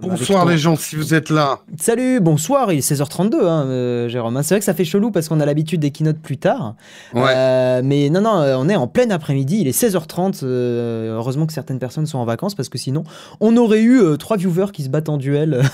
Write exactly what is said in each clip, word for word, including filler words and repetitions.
Bonsoir les gens, si vous êtes là. Salut, bonsoir, il est seize heures trente-deux, hein, euh, Jérôme. C'est vrai que ça fait chelou parce qu'on a l'habitude des keynotes plus tard. Ouais. Euh, mais non, non, on est en plein après-midi, il est seize heures trente. Euh, heureusement que certaines personnes sont en vacances parce que sinon, on aurait eu euh, trois viewers qui se battent en duel.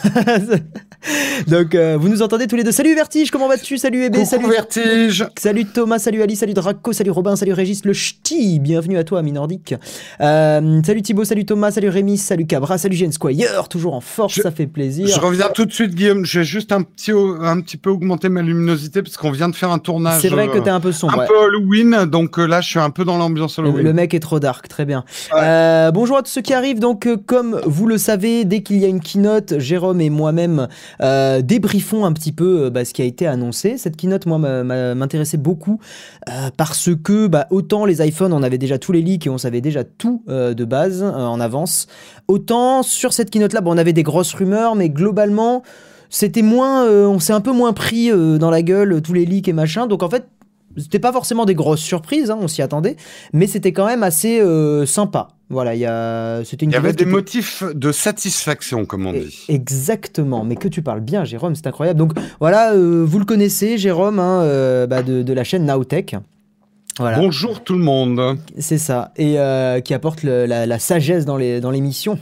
Donc, euh, vous nous entendez tous les deux. Salut Vertige, comment vas-tu? Salut Ébé, salut Vertige. Salut Thomas, salut Ali, salut Draco, salut Robin, salut Régis, le ch'ti. Bienvenue à toi, ami nordique. Euh, salut Thibaut, salut Thomas, salut Rémi, salut Cabra, salut Gen Squire, toujours en force, je, ça fait plaisir. Je reviens tout de suite, Guillaume. Je vais juste un petit, un petit peu augmenter ma luminosité parce qu'on vient de faire un tournage. C'est vrai que t'es un peu sombre. Un ouais. peu Halloween, donc euh, là, je suis un peu dans l'ambiance Halloween. Le, le mec est trop dark, très bien. Ouais. Euh, bonjour à tous ceux qui arrivent. Donc, euh, comme vous le savez, dès qu'il y a une keynote, Jérôme et moi-même euh, débriefons un petit peu euh, bah, ce qui a été annoncé. Cette keynote, moi, m'intéressait beaucoup euh, parce que bah, autant les iPhones, on avait déjà tous les leaks et on savait déjà tout euh, de base euh, en avance. Autant sur cette keynote-là, bon, on avait des grosses rumeurs, mais globalement, c'était moins, euh, on s'est un peu moins pris euh, dans la gueule euh, tous les leaks et machin. Donc en fait, c'était pas forcément des grosses surprises, hein, on s'y attendait, mais c'était quand même assez euh, sympa. Voilà, il y a, c'était une. Il y avait des était... motifs de satisfaction, comme on dit. Exactement, mais que tu parles bien, Jérôme, c'est incroyable. Donc voilà, euh, vous le connaissez, Jérôme, hein, euh, bah, de, de la chaîne Nowtech. Voilà. Bonjour tout le monde. C'est ça, et euh, qui apporte le, la, la sagesse dans les dans l'émission.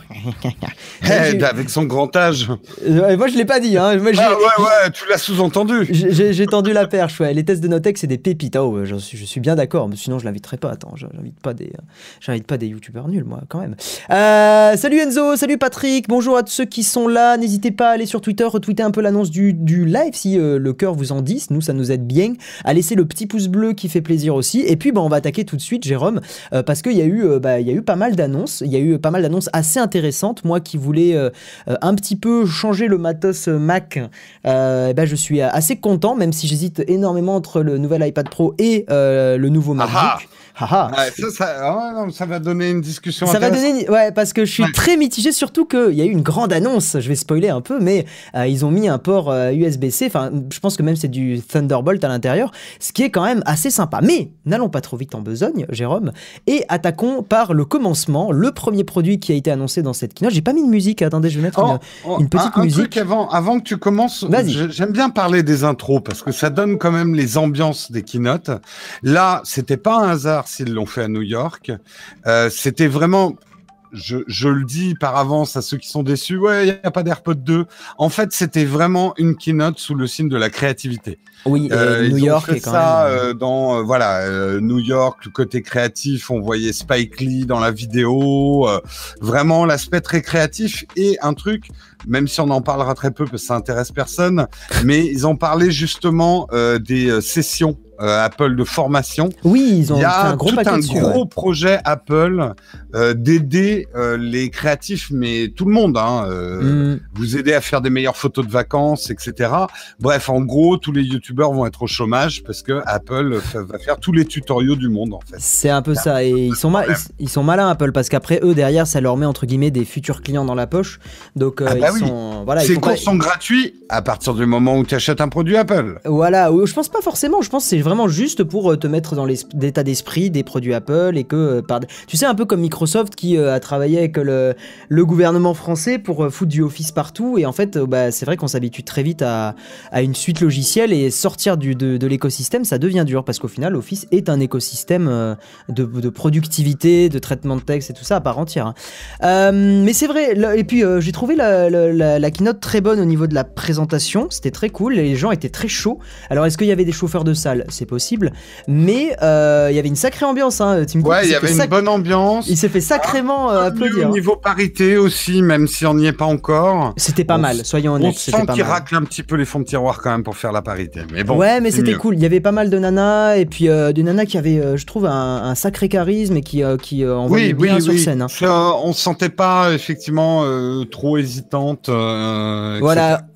Hey, avec son grand âge. Euh, moi je l'ai pas dit, hein. Moi, ah ouais ouais, tu l'as sous-entendu. J'ai, j'ai tendu la perche. Ouais. Les tests de Nowtech c'est des pépites. Oh, je suis je suis bien d'accord, mais sinon je l'inviterai pas. Attends, j'invite pas des j'invite pas des youtubeurs nuls moi quand même. Euh, salut Enzo, salut Patrick. Bonjour à tous ceux qui sont là. N'hésitez pas à aller sur Twitter, retweeter un peu l'annonce du du live si euh, le cœur vous en dit. Nous ça nous aide bien. À laisser le petit pouce bleu qui fait plaisir aussi. Et puis, bah, on va attaquer tout de suite, Jérôme, euh, parce qu'il y a eu, euh, bah, il y a eu pas mal d'annonces. Il y a eu pas mal d'annonces assez intéressantes. Moi qui voulais euh, un petit peu changer le matos Mac, euh, bah, je suis assez content, même si j'hésite énormément entre le nouvel iPad Pro et euh, le nouveau MacBook. Aha. Haha. Ouais, ça, ça, ah non, ça va donner une discussion ça va donner, ouais, parce que je suis ouais. très mitigé, surtout qu'il y a eu une grande annonce, je vais spoiler un peu, mais euh, ils ont mis un port euh, U S B C, enfin, je pense que même c'est du Thunderbolt à l'intérieur, ce qui est quand même assez sympa. Mais n'allons pas trop vite en besogne, Jérôme, et attaquons par le commencement, le premier produit qui a été annoncé dans cette keynote. J'ai pas mis de musique, attendez, je vais mettre oh, une, oh, une petite un, musique. Un truc avant, avant que tu commences, j'aime bien parler des intros, parce que ça donne quand même les ambiances des keynotes. Là, c'était pas un hasard s'ils l'ont fait à New York. Euh, c'était vraiment, je, je le dis par avance à ceux qui sont déçus, ouais, il n'y a pas d'AirPods deux. En fait, c'était vraiment une keynote sous le signe de la créativité. Oui, et euh, New ils York ont fait est quand ça même... euh, dans euh, voilà euh, New York, le côté créatif, on voyait Spike Lee dans la vidéo, euh, vraiment l'aspect très créatif et un truc, même si on en parlera très peu parce que ça intéresse personne, mais ils ont parlé justement euh, des euh, sessions Euh, Apple de formation. Oui, ils ont Il y a fait un gros tout un dessus, gros ouais. projet Apple euh, d'aider euh, les créatifs, mais tout le monde, hein, euh, mm. vous aider à faire des meilleures photos de vacances, et cetera. Bref, en gros, tous les youtubeurs vont être au chômage parce que Apple va faire tous les tutoriaux du monde, en fait. C'est un peu ça, ça. Et ils sont, ma- ils, ils sont malins, Apple, parce qu'après, eux, derrière, ça leur met, entre guillemets, des futurs clients dans la poche. Donc, euh, ah bah ils oui. sont... Voilà, Ces ils cours pas... sont gratuits à partir du moment où tu achètes un produit Apple. Voilà, je pense pas forcément, je pense que c'est vraiment juste pour te mettre dans l'état d'esprit des produits Apple et que, par... tu sais, un peu comme Microsoft qui euh, a travaillé avec le, le gouvernement français pour euh, foutre du Office partout. Et en fait, euh, bah, c'est vrai qu'on s'habitue très vite à, à une suite logicielle et sortir du, de, de l'écosystème, ça devient dur parce qu'au final, Office est un écosystème euh, de, de productivité, de traitement de texte et tout ça à part entière. Hein. Euh, mais c'est vrai, là, et puis euh, j'ai trouvé la, la, la, la keynote très bonne au niveau de la présentation, c'était très cool, les gens étaient très chauds. Alors, est-ce qu'il y avait des chauffeurs de salle ? C'est possible. Mais il euh, y avait une sacrée ambiance, hein. Tim Cook, ouais, il y avait une sac... bonne ambiance. Il s'est fait sacrément ah, euh, applaudir. Au niveau parité aussi, même si on n'y est pas encore. C'était pas on mal, soyons honnêtes. On sent qu'il racle un petit peu les fonds de tiroir quand même pour faire la parité. Mais bon. Ouais, mais c'était mieux. cool. Il y avait pas mal de nanas et puis euh, des nanas qui avaient, euh, je trouve, un, un sacré charisme et qui, euh, qui euh, envoyaient oui, bien oui, sur oui. scène. Hein. Ça, on se sentait pas effectivement euh, trop hésitante. Euh, voilà.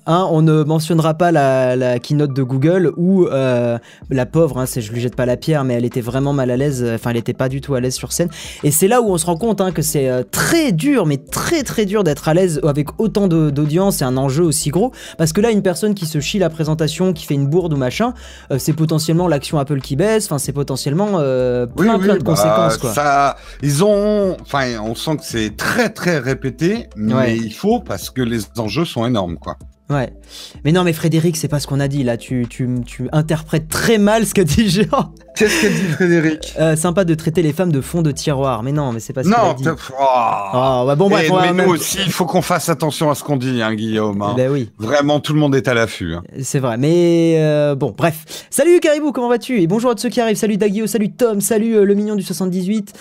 hein, on ne mentionnera pas la, la keynote de Google où euh, la pauvre, hein, c'est, je lui jette pas la pierre, mais elle était vraiment mal à l'aise, enfin elle était pas du tout à l'aise sur scène. Et c'est là où on se rend compte hein, que c'est euh, très dur, mais très très dur d'être à l'aise avec autant de, d'audience et un enjeu aussi gros. Parce que là, une personne qui se chie la présentation, qui fait une bourde ou machin, euh, c'est potentiellement l'action Apple qui baisse, enfin c'est potentiellement euh, plein oui, plein oui, de bah, conséquences. Quoi. Ça, ils ont, enfin on sent que c'est très très répété, mais ouais. il faut parce que les enjeux sont énormes quoi. Ouais, mais non mais Frédéric, c'est pas ce qu'on a dit là, tu, tu, tu interprètes très mal ce qu'a dit Géant. Qu'est-ce qu'a dit Frédéric? euh, Sympa de traiter les femmes de fond de tiroir, mais non, mais c'est pas ce qu'il a dit. Non, oh. oh, bah bon bref. Et, on mais va nous même... aussi, il faut qu'on fasse attention à ce qu'on dit, hein, Guillaume. Hein. Ben oui. Vraiment, tout le monde est à l'affût. Hein. C'est vrai, mais euh, bon, bref. Salut Caribou, comment vas-tu? Et bonjour à tous ceux qui arrivent. Salut Daguio, salut Tom, salut euh, le mignon du soixante-dix-huit.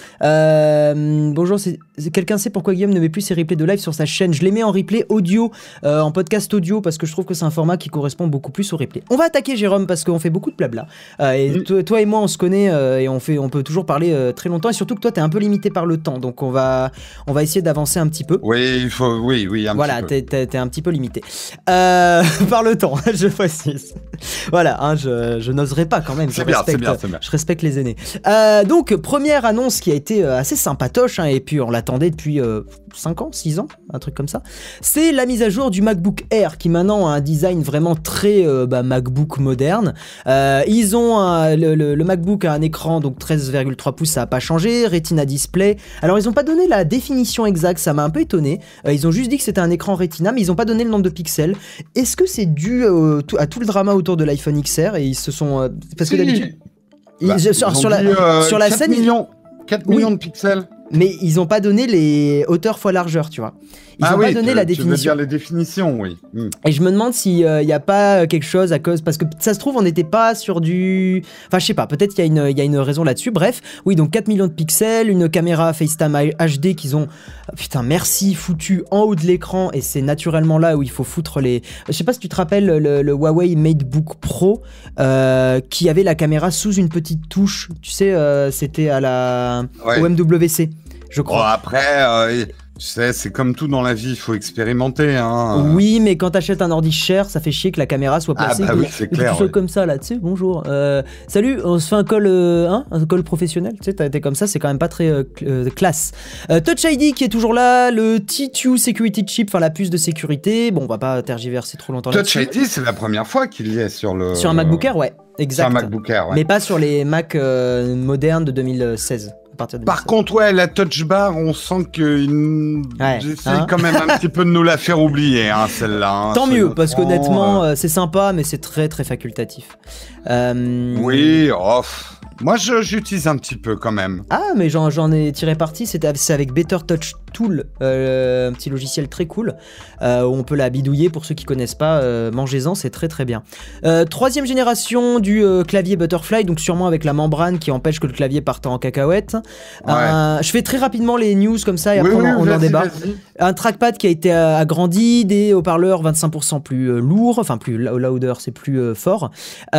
Euh, bonjour, c'est... quelqu'un sait pourquoi Guillaume ne met plus ses replays de live sur sa chaîne? Je les mets en replay audio, euh, en podcast audio, parce que je trouve que c'est un format qui correspond beaucoup plus au replay. On va attaquer Jérôme parce qu'on fait beaucoup de blabla. Euh, et mmh. toi, toi et moi on se connaît euh, et on, fait, on peut toujours parler euh, très longtemps et surtout que toi t'es un peu limité par le temps. Donc on va, on va essayer d'avancer un petit peu. Oui, il faut, oui, oui, un voilà, petit peu. Voilà, t'es, t'es un petit peu limité. Euh, par le temps, je précise. Voilà, hein, je, je n'oserais pas quand même. C'est bien, respecte, c'est bien, c'est bien. Je respecte les aînés. Euh, donc première annonce qui a été assez sympatoche hein, et puis on l'attendait depuis euh, cinq ans, six ans, un truc comme ça. C'est la mise à jour du MacBook Air qui maintenant a un design vraiment très euh, bah, MacBook moderne. Euh, ils ont un, le, le, le MacBook a un écran donc treize virgule trois pouces, ça n'a pas changé, Retina Display. Alors ils n'ont pas donné la définition exacte, ça m'a un peu étonné. Euh, ils ont juste dit que c'était un écran Retina, mais ils n'ont pas donné le nombre de pixels. Est-ce que c'est dû euh, à tout le drama autour de l'iPhone X R et ils se sont euh, parce que si. d'habitude bah, ils, sur, sur, la, euh, sur la scène millions, quatre oui. millions de pixels. Mais ils n'ont pas donné les hauteurs fois largeur, tu vois. Ils n'ont ah pas oui, donné tu, la tu définition. veux dire les définitions, oui. Mm. Et je me demande s'il n'y euh, a pas quelque chose à cause... Parce que ça se trouve, on n'était pas sur du... Enfin, je sais pas, peut-être qu'il y a une, il y a une raison là-dessus. Bref, oui, donc quatre millions de pixels, une caméra FaceTime H D qu'ils ont... Putain, merci, foutu en haut de l'écran. Et c'est naturellement là où il faut foutre les... Je sais pas si tu te rappelles le, le Huawei MateBook Pro euh, qui avait la caméra sous une petite touche. Tu sais, euh, c'était à la... Ouais. au M W C. Je crois. Bon, après, euh, tu sais, c'est comme tout dans la vie, il faut expérimenter. Hein. Oui, mais quand t'achètes un ordi cher, ça fait chier que la caméra soit placée. Ah bah que, oui, c'est que clair. Tu sois ouais. comme ça, là, tu sais, bonjour. Euh, salut, on se fait un call, euh, hein, un call professionnel, tu sais, t'as été comme ça, c'est quand même pas très euh, classe. Euh, Touch I D qui est toujours là, le T deux Security Chip, enfin la puce de sécurité. Bon, on va pas tergiverser trop longtemps Touch là-dessus. I D, c'est la première fois qu'il y est sur le... Sur un MacBook Air, ouais, exact. Sur un MacBook Air, ouais. Mais pas sur les Mac euh, modernes de deux mille seize. Par contre, ouais, la touch bar, on sent qu'ils ouais, essayent hein quand même un petit peu de nous la faire oublier, hein, celle-là. Hein, Tant mieux, parce qu'honnêtement, euh... euh, c'est sympa, mais c'est très très facultatif. Euh... Oui, off. Moi, je, j'utilise un petit peu quand même. Ah, mais j'en, j'en ai tiré parti, c'était, c'est avec Better Touch Tool, euh, un petit logiciel très cool, euh, où on peut la bidouiller, pour ceux qui connaissent pas, euh, mangez-en, c'est très très bien. Euh, troisième génération du euh, clavier Butterfly, donc sûrement avec la membrane qui empêche que le clavier parte en cacahuète. Ouais. Euh, je fais très rapidement les news comme ça, et oui, après oui, on, on en débat. Vas-y. Un trackpad qui a été euh, agrandi, des haut-parleurs vingt-cinq pour cent plus euh, lourds, enfin plus louder, c'est plus euh, fort.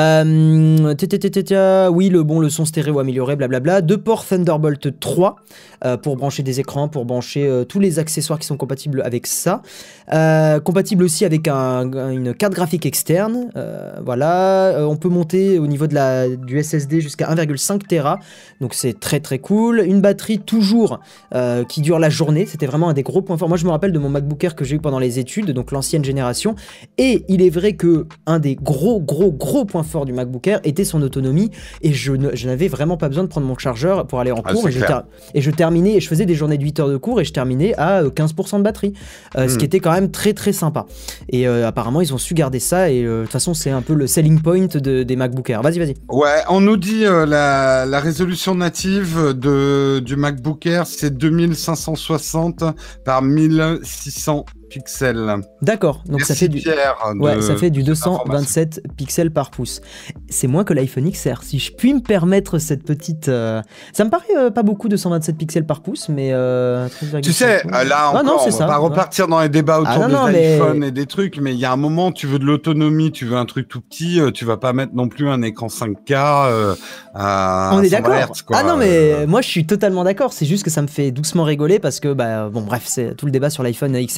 Euh, oui, le bon, le son stéréo amélioré, blablabla. Deux ports Thunderbolt trois euh, pour brancher des écrans, pour brancher euh, tous les accessoires qui sont compatibles avec ça. Euh, compatible aussi avec un, une carte graphique externe. Euh, voilà, euh, on peut monter au niveau de la, du S S D jusqu'à un virgule cinq téra, donc c'est très très cool. Une batterie toujours euh, qui dure la journée, c'était vraiment un des gros points forts. Moi je me rappelle de mon MacBook Air que j'ai eu pendant les études, donc l'ancienne génération, et il est vrai que un des gros gros gros points forts du MacBook Air était son autonomie, et je, ne, je n'avais vraiment pas besoin de prendre mon chargeur pour aller en cours, ah, et, je ter- et je terminais, et je faisais des journées de huit heures de cours, et je terminais à quinze pour cent de batterie, euh, mmh. ce qui était quand même très très sympa. Et euh, apparemment ils ont su garder ça, et euh, de toute façon c'est un peu le selling point de, des MacBook Air. Vas-y, vas-y. Ouais, on nous dit euh, la, la résolution native de, du MacBook Air, c'est deux mille cinq cent soixante par mille six cents pixels. D'accord, donc ça fait, du... de... ouais, ça fait du deux cent vingt-sept pixels par pouce. C'est moins que l'iPhone X R, si je puis me permettre cette petite... Euh... Ça me paraît euh, pas beaucoup, deux cent vingt-sept pixels par pouce, mais... Euh, tu sais, là encore, ah non, on va ça, pas ouais. repartir dans les débats autour ah, non, des non, iPhones mais... et des trucs, mais il y a un moment, tu veux de l'autonomie, tu veux un truc tout petit, tu vas pas mettre non plus un écran cinq K euh, à on est d'accord. Hertz, quoi. Ah non, mais euh... moi je suis totalement d'accord, c'est juste que ça me fait doucement rigoler parce que, bah, bon bref, c'est tout le débat sur l'iPhone X R, mais on va pas oui,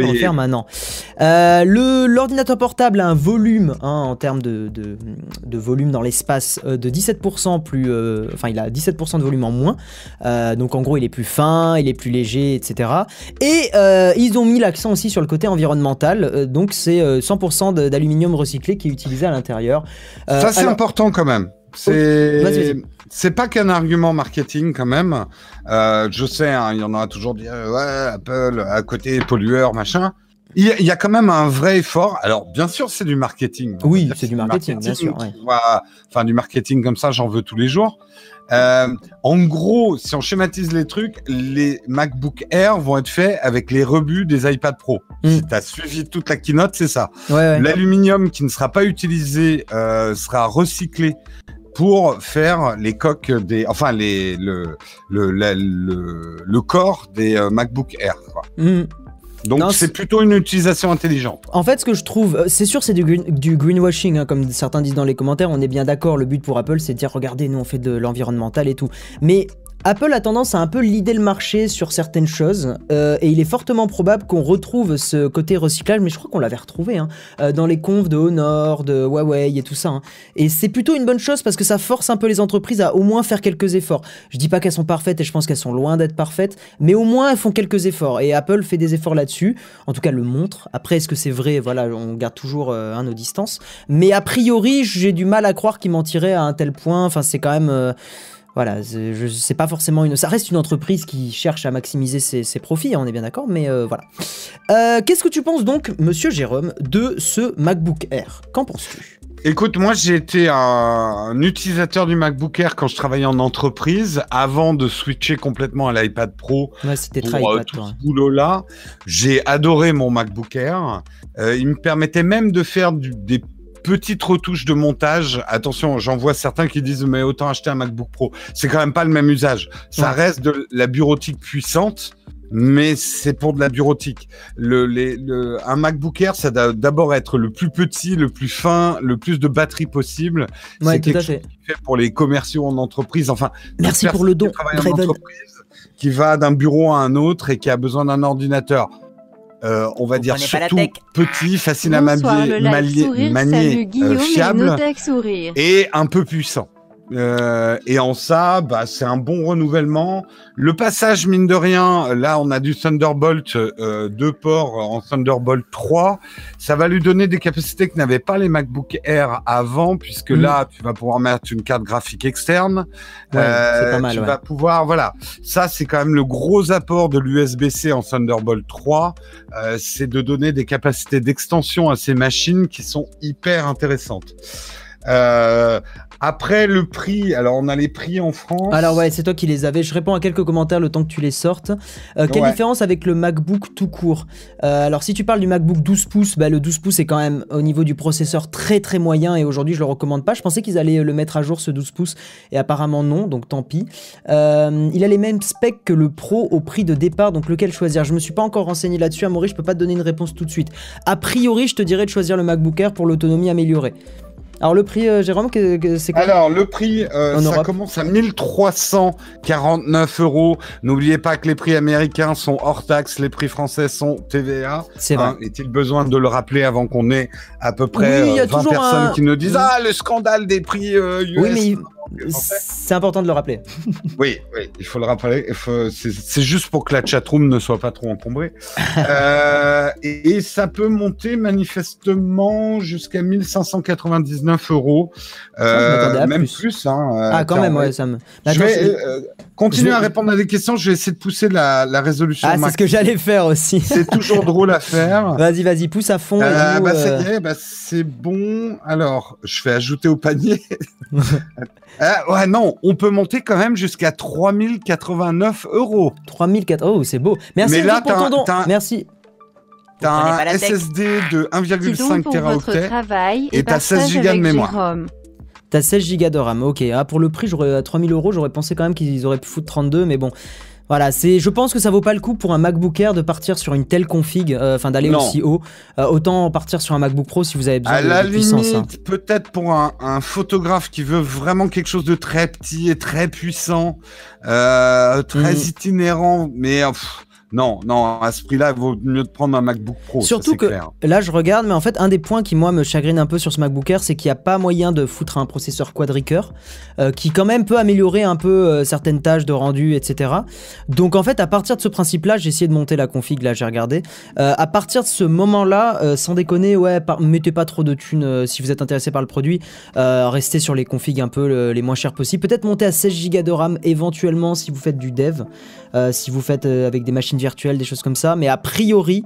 le refaire maintenant. Euh, le, l'ordinateur portable a un volume, hein, en termes de, de, de volume dans l'espace, euh, de dix-sept pour cent plus... Euh, enfin, il a dix-sept pour cent de volume en moins. Euh, donc, en gros, il est plus fin, il est plus léger, et cetera. Et euh, ils ont mis l'accent aussi sur le côté environnemental. Euh, donc, c'est euh, cent pour cent de, d'aluminium recyclé qui est utilisé à l'intérieur. Euh, Ça, c'est alors... important quand même. C'est... Vas-y, vas-y. C'est pas qu'un argument marketing quand même. Euh, je sais, hein, il y en aura toujours dit euh, ouais, Apple à côté pollueur machin. Il y, a, il y a quand même un vrai effort. Alors bien sûr, c'est du marketing. Oui, c'est du marketing, marketing, bien sûr. Ouais. Vois, enfin, du marketing comme ça, j'en veux tous les jours. Euh, en gros, si on schématise les trucs, les MacBook Air vont être faits avec les rebuts des iPad Pro. Mm. Si tu as suivi toute la keynote, c'est ça. Ouais, ouais. L'aluminium qui ne sera pas utilisé euh, sera recyclé pour faire les coques des, enfin les le le le le, le corps des euh, MacBook Air. Quoi. Mm. Donc non, c'est, c'est plutôt une utilisation intelligente. En fait, ce que je trouve, c'est sûr, c'est du, green, du greenwashing, hein, comme certains disent dans les commentaires. On est bien d'accord. Le but pour Apple, c'est de dire, regardez, nous on fait de l'environnemental et tout. Mais Apple a tendance à un peu leader le marché sur certaines choses, euh, et il est fortement probable qu'on retrouve ce côté recyclage, mais je crois qu'on l'avait retrouvé hein, euh, dans les confs de Honor, de Huawei et tout ça. Hein. Et c'est plutôt une bonne chose parce que ça force un peu les entreprises à au moins faire quelques efforts. Je dis pas qu'elles sont parfaites et je pense qu'elles sont loin d'être parfaites, mais au moins elles font quelques efforts. Et Apple fait des efforts là-dessus, en tout cas le montre. Après, est-ce que c'est vrai? Voilà, on garde toujours euh, hein, nos distances. Mais a priori, j'ai du mal à croire qu'ils mentiraient à un tel point. Enfin, c'est quand même... Euh, Voilà, c'est, je, c'est pas forcément une... Ça reste une entreprise qui cherche à maximiser ses, ses profits, hein, on est bien d'accord, mais euh, voilà. Euh, qu'est-ce que tu penses donc, monsieur Jérôme, de ce MacBook Air? Qu'en penses-tu? Écoute, moi j'ai été un, un utilisateur du MacBook Air quand je travaillais en entreprise, avant de switcher complètement à l'iPad Pro. Ouais, c'était pour très euh, iPad, tout toi. ce boulot-là. J'ai adoré mon MacBook Air. Euh, il me permettait même de faire du, des petites retouches de montage. Attention, j'en vois certains qui disent mais autant acheter un MacBook Pro. C'est quand même pas le même usage. Ça ouais. reste de la bureautique puissante, mais c'est pour de la bureautique. Le, les, le, un MacBook Air, ça doit d'abord être le plus petit, le plus fin, le plus de batterie possible. Ouais, c'est tout quelque à fait. chose qui fait pour les commerciaux en entreprise. Enfin, merci pour le don, Draven. Qui va d'un bureau à un autre et qui a besoin d'un ordinateur. Euh, on va Vous dire surtout petit, facile à manier, manier, manier euh, fiable et un peu puissant. Euh, et en ça, bah, c'est un bon renouvellement. Le passage, mine de rien, là, on a du Thunderbolt, euh, deux ports en Thunderbolt trois. Ça va lui donner des capacités que n'avaient pas les MacBook Air avant, puisque mmh. là, tu vas pouvoir mettre une carte graphique externe. Ouais, euh, c'est pas mal, tu ouais. vas pouvoir, voilà. Ça, c'est quand même le gros apport de l'U S B C en Thunderbolt trois. Euh, c'est de donner des capacités d'extension à ces machines qui sont hyper intéressantes. Euh, après le prix, alors on a les prix en France. Alors ouais, c'est toi qui les avais. Je réponds à quelques commentaires le temps que tu les sortes. Euh, quelle ouais. différence avec le MacBook tout court? euh, Alors si tu parles du MacBook douze pouces, bah, le douze pouces est quand même au niveau du processeur très très moyen et aujourd'hui je le recommande pas. Je pensais qu'ils allaient le mettre à jour ce douze pouces et apparemment non, donc tant pis. Euh, il a les mêmes specs que le Pro au prix de départ, donc lequel choisir? Je me suis pas encore renseigné là-dessus, Amaury, je peux pas te donner une réponse tout de suite. A priori, je te dirais de choisir le MacBook Air pour l'autonomie améliorée. Alors le prix, euh, Jérôme, que, que c'est quoi? Alors le prix, euh, ça Europe. commence à mille trois cent quarante-neuf euros. N'oubliez pas que les prix américains sont hors taxe, les prix français sont T V A. C'est vrai. Hein, est-il besoin de le rappeler avant qu'on ait à peu près oui, euh, vingt personnes un... qui nous disent ah le scandale des prix euh, U S. Oui, mais c'est important de le rappeler. oui, oui, il faut le rappeler. Il faut... c'est, c'est juste pour que la chatroom ne soit pas trop encombrée. euh, et, et ça peut monter manifestement jusqu'à mille cinq cent quatre-vingt-dix-neuf euros. Euh, ça, même plus. plus. Hein, ah, quand même, ouais, ça me. Attends, je vais euh, continuer je vais... à répondre à des questions. Je vais essayer de pousser la, la résolution. Ah, max. C'est ce que j'allais faire aussi. C'est toujours drôle à faire. Vas-y, vas-y, pousse à fond. Euh, bah, ça y est, bah, c'est bon. Alors, je fais ajouter au panier. Ah, ouais, non, on peut monter quand même jusqu'à trois mille quatre-vingt-neuf euros. trois mille quatre oh, c'est beau. Merci. Mais là, pour ton don. Un... Merci. T'as un S S D de un virgule cinq téraoctets et t'as seize gigas de mémoire. Jérôme. T'as seize gigas de RAM, ok. Ah, pour le prix, j'aurais, à trois mille euros, j'aurais pensé quand même qu'ils auraient pu foutre trente-deux, mais bon. Voilà, c'est, je pense que ça vaut pas le coup pour un MacBook Air de partir sur une telle config, enfin euh, d'aller non. aussi haut. Euh, autant partir sur un MacBook Pro si vous avez besoin à de, la de puissance. Limite, hein. Peut-être pour un, un photographe qui veut vraiment quelque chose de très petit et très puissant, euh, très mmh. itinérant, mais pff, Non, non, à ce prix-là, il vaut mieux de prendre un MacBook Pro. Surtout ça, que clair. là, je regarde, mais en fait, un des points qui, moi, me chagrine un peu sur ce MacBook Air, c'est qu'il n'y a pas moyen de foutre un processeur quad-core euh, qui, quand même, peut améliorer un peu euh, certaines tâches de rendu, et cetera. Donc, en fait, à partir de ce principe-là, j'ai essayé de monter la config, là, j'ai regardé. Euh, à partir de ce moment-là, euh, sans déconner, ouais, par, mettez pas trop de thunes euh, si vous êtes intéressé par le produit. Euh, restez sur les configs un peu le, les moins chers possibles. Peut-être monter à seize giga de RAM, éventuellement, si vous faites du dev, euh, si vous faites euh, avec des machines virtuelles, des choses comme ça. Mais a priori,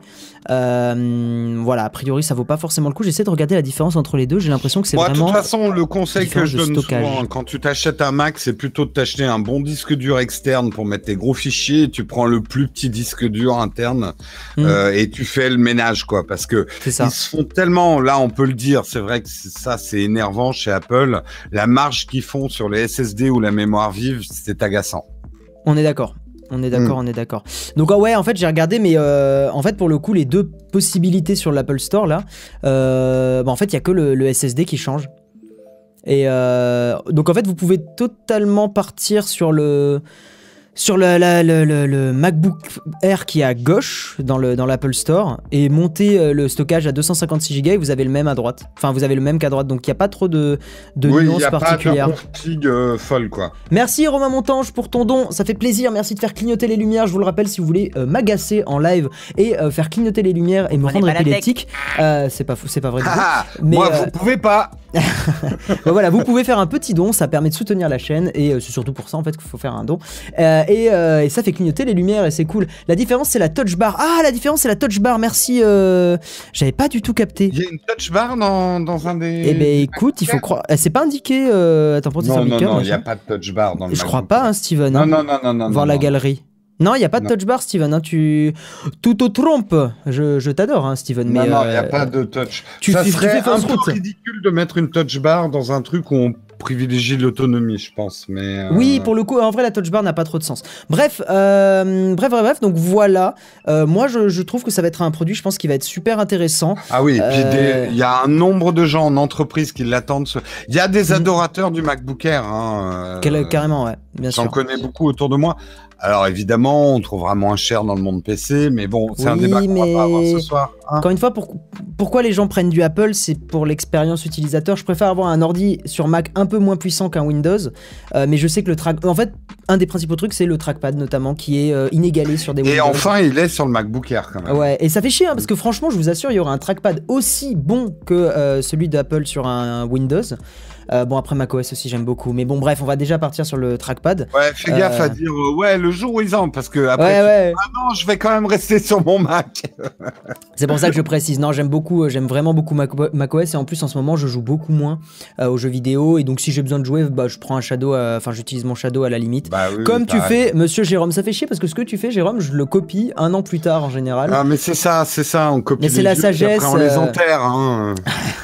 euh, voilà, a priori, ça vaut pas forcément le coup. J'essaie de regarder la différence entre les deux. J'ai l'impression que c'est Moi, vraiment. De toute façon, le conseil que je donne stockage. souvent, quand tu t'achètes un Mac, c'est plutôt de t'acheter un bon disque dur externe pour mettre tes gros fichiers. Et tu prends le plus petit disque dur interne mmh. euh, et tu fais le ménage, quoi. Parce que ils se font tellement, là, on peut le dire, c'est vrai que ça, c'est énervant chez Apple. La marge qu'ils font sur les S S D ou la mémoire vive, c'est agaçant. On est d'accord. On est d'accord, mmh. on est d'accord. Donc ah ouais, en fait, j'ai regardé, mais euh, en fait, pour le coup, les deux possibilités sur l'Apple Store, là, euh, bah, en fait, il n'y a que le, le S S D qui change. Et euh, donc, en fait, vous pouvez totalement partir sur le... Sur le, la, le, le, le MacBook Air qui est à gauche dans, le, dans l'Apple Store et monter le stockage à deux cent cinquante-six giga et vous avez le même à droite. Enfin, vous avez le même qu'à droite, donc il n'y a pas trop de, de oui, nuances particulières. Oui, il n'y a pas de euh, folle, quoi. Merci Romain Montange pour ton don, ça fait plaisir. Merci de faire clignoter les lumières. Je vous le rappelle, si vous voulez euh, m'agacer en live et euh, faire clignoter les lumières et me rendre épileptique, euh, c'est pas fou, c'est pas vrai du tout. Mais moi, euh... vous pouvez pas. Bah voilà, vous pouvez faire un petit don, ça permet de soutenir la chaîne et euh, c'est surtout pour ça en fait qu'il faut faire un don. Euh, et, euh, et ça fait clignoter les lumières et c'est cool. La différence c'est la touch bar. Ah, la différence c'est la touch bar. Merci. Euh... J'avais pas du tout capté. Il y a une touch bar dans, dans un des. Eh ben écoute, il faut croire. C'est pas indiqué. Euh... Attends, pour non, non, non, il y a pas de touch bar dans le. Je crois pas, hein, Steven. Non, hein. non, non, non, non. Voir non, la non. galerie. Non, il n'y a pas de non. touch bar, Steven. Hein, tu tout te trompes. Je, je t'adore, hein, Steven. Non, mais non, il euh... n'y a pas de touch. Tu ça fais, serait tu fais un peu peu ridicule de mettre une touch bar dans un truc où on privilégie l'autonomie, je pense. Mais euh... oui, pour le coup, en vrai, la touch bar n'a pas trop de sens. Bref, euh, bref, bref, bref. Donc voilà. Euh, moi, je, je trouve que ça va être un produit, je pense, qui va être super intéressant. Ah oui, et puis euh... il y a un nombre de gens en entreprise qui l'attendent. Il y a des adorateurs mmh. du MacBook Air. Hein, euh... Carrément, ouais, bien sûr. J'en connais beaucoup autour de moi. Alors évidemment, on trouvera moins cher dans le monde P C, mais bon, c'est oui, un débat qu'on mais... va pas avoir ce soir. Hein. Encore une fois, pour... pourquoi les gens prennent du Apple, c'est pour l'expérience utilisateur. Je préfère avoir un ordi sur Mac un peu moins puissant qu'un Windows, euh, mais je sais que le track... En fait, un des principaux trucs, c'est le trackpad notamment, qui est euh, inégalé sur des Windows. Et enfin, il est sur le MacBook Air quand même. Ouais, et ça fait chier, hein, parce que franchement, je vous assure, il y aura un trackpad aussi bon que euh, celui d'Apple sur un Windows. Euh, bon, après macOS aussi j'aime beaucoup, mais bon bref, on va déjà partir sur le trackpad. Ouais, fais gaffe euh... à dire euh, ouais le jour où ils en, parce que après ouais, tu ouais. dis, ah non, je vais quand même rester sur mon Mac. C'est pour ça que je précise. Non, j'aime beaucoup, j'aime vraiment beaucoup macOS et en plus en ce moment je joue beaucoup moins euh, aux jeux vidéo et donc si j'ai besoin de jouer, bah je prends un Shadow, enfin euh, j'utilise mon Shadow à la limite. Bah, oui, Comme oui, tu fais, Monsieur Jérôme, ça fait chier parce que ce que tu fais, Jérôme, je le copie un an plus tard en général. Ah mais c'est ça, c'est ça, on copie. Mais c'est la sagesse. Après on les enterre. Hein.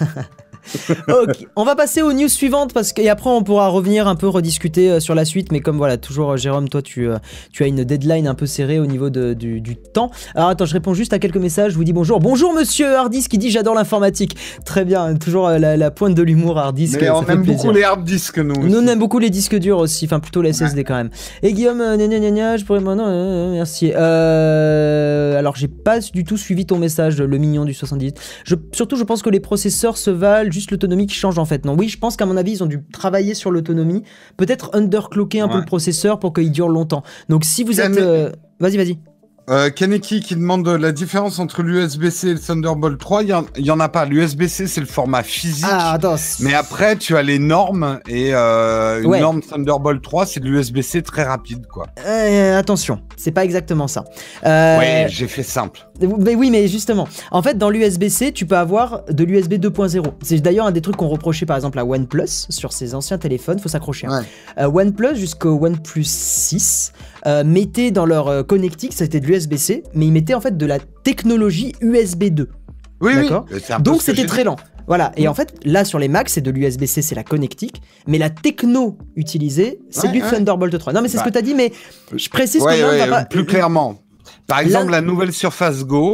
Ok, on va passer aux news suivantes parce que et après on pourra revenir un peu rediscuter euh, sur la suite, mais comme voilà toujours euh, Jérôme, toi tu, euh, tu as une deadline un peu serrée au niveau de, du, du temps. Alors attends, je réponds juste à quelques messages. Je vous dis bonjour, bonjour Monsieur Hardis qui dit j'adore l'informatique. Très bien, toujours euh, la, la pointe de l'humour Hardis. Mais on aime beaucoup les hard disques nous. Aussi. Nous on aime beaucoup les disques durs aussi, enfin plutôt les S S D ouais. quand même. Et Guillaume, euh, gna, gna, gna, je pourrais non, euh, merci. Euh, alors j'ai pas du tout suivi ton message, le mignon du soixante-dix. Je, surtout je pense que les processeurs se valent, juste l'autonomie qui change en fait. Non, oui, je pense qu'à mon avis, ils ont dû travailler sur l'autonomie, peut-être underclocker un ouais. peu le processeur pour qu'il dure longtemps. Donc si vous êtes... Euh... Vas-y, vas-y. Euh, Kaneki qui demande la différence entre l'U S B C et le Thunderbolt trois. Il y, y en a pas. L'U S B C, c'est le format physique. Ah, attends. Mais après, tu as les normes et euh, une ouais. norme Thunderbolt trois, c'est de l'U S B C très rapide, quoi. Euh, attention, c'est pas exactement ça. Euh... Oui, j'ai fait simple. Mais oui, mais justement, en fait, dans l'U S B C, tu peux avoir de l'U S B deux point zéro. C'est d'ailleurs un des trucs qu'on reprochait par exemple à OnePlus sur ses anciens téléphones. Faut s'accrocher. Hein. Ouais. Euh, OnePlus jusqu'au OnePlus six euh, mettaient dans leur euh, connectique, c'était de l'U S B C, mais ils mettaient en fait de la technologie U S B deux. Oui, d'accord. Oui. Donc c'était très lent. Voilà, et en fait, là sur les Macs, c'est de l'U S B C, c'est la connectique, mais la techno utilisée, c'est ouais, du ouais. Thunderbolt trois. Non, mais c'est bah, ce que tu as dit, mais je précise ouais, que ouais, va pas... plus clairement. Par exemple, la... la nouvelle Surface Go,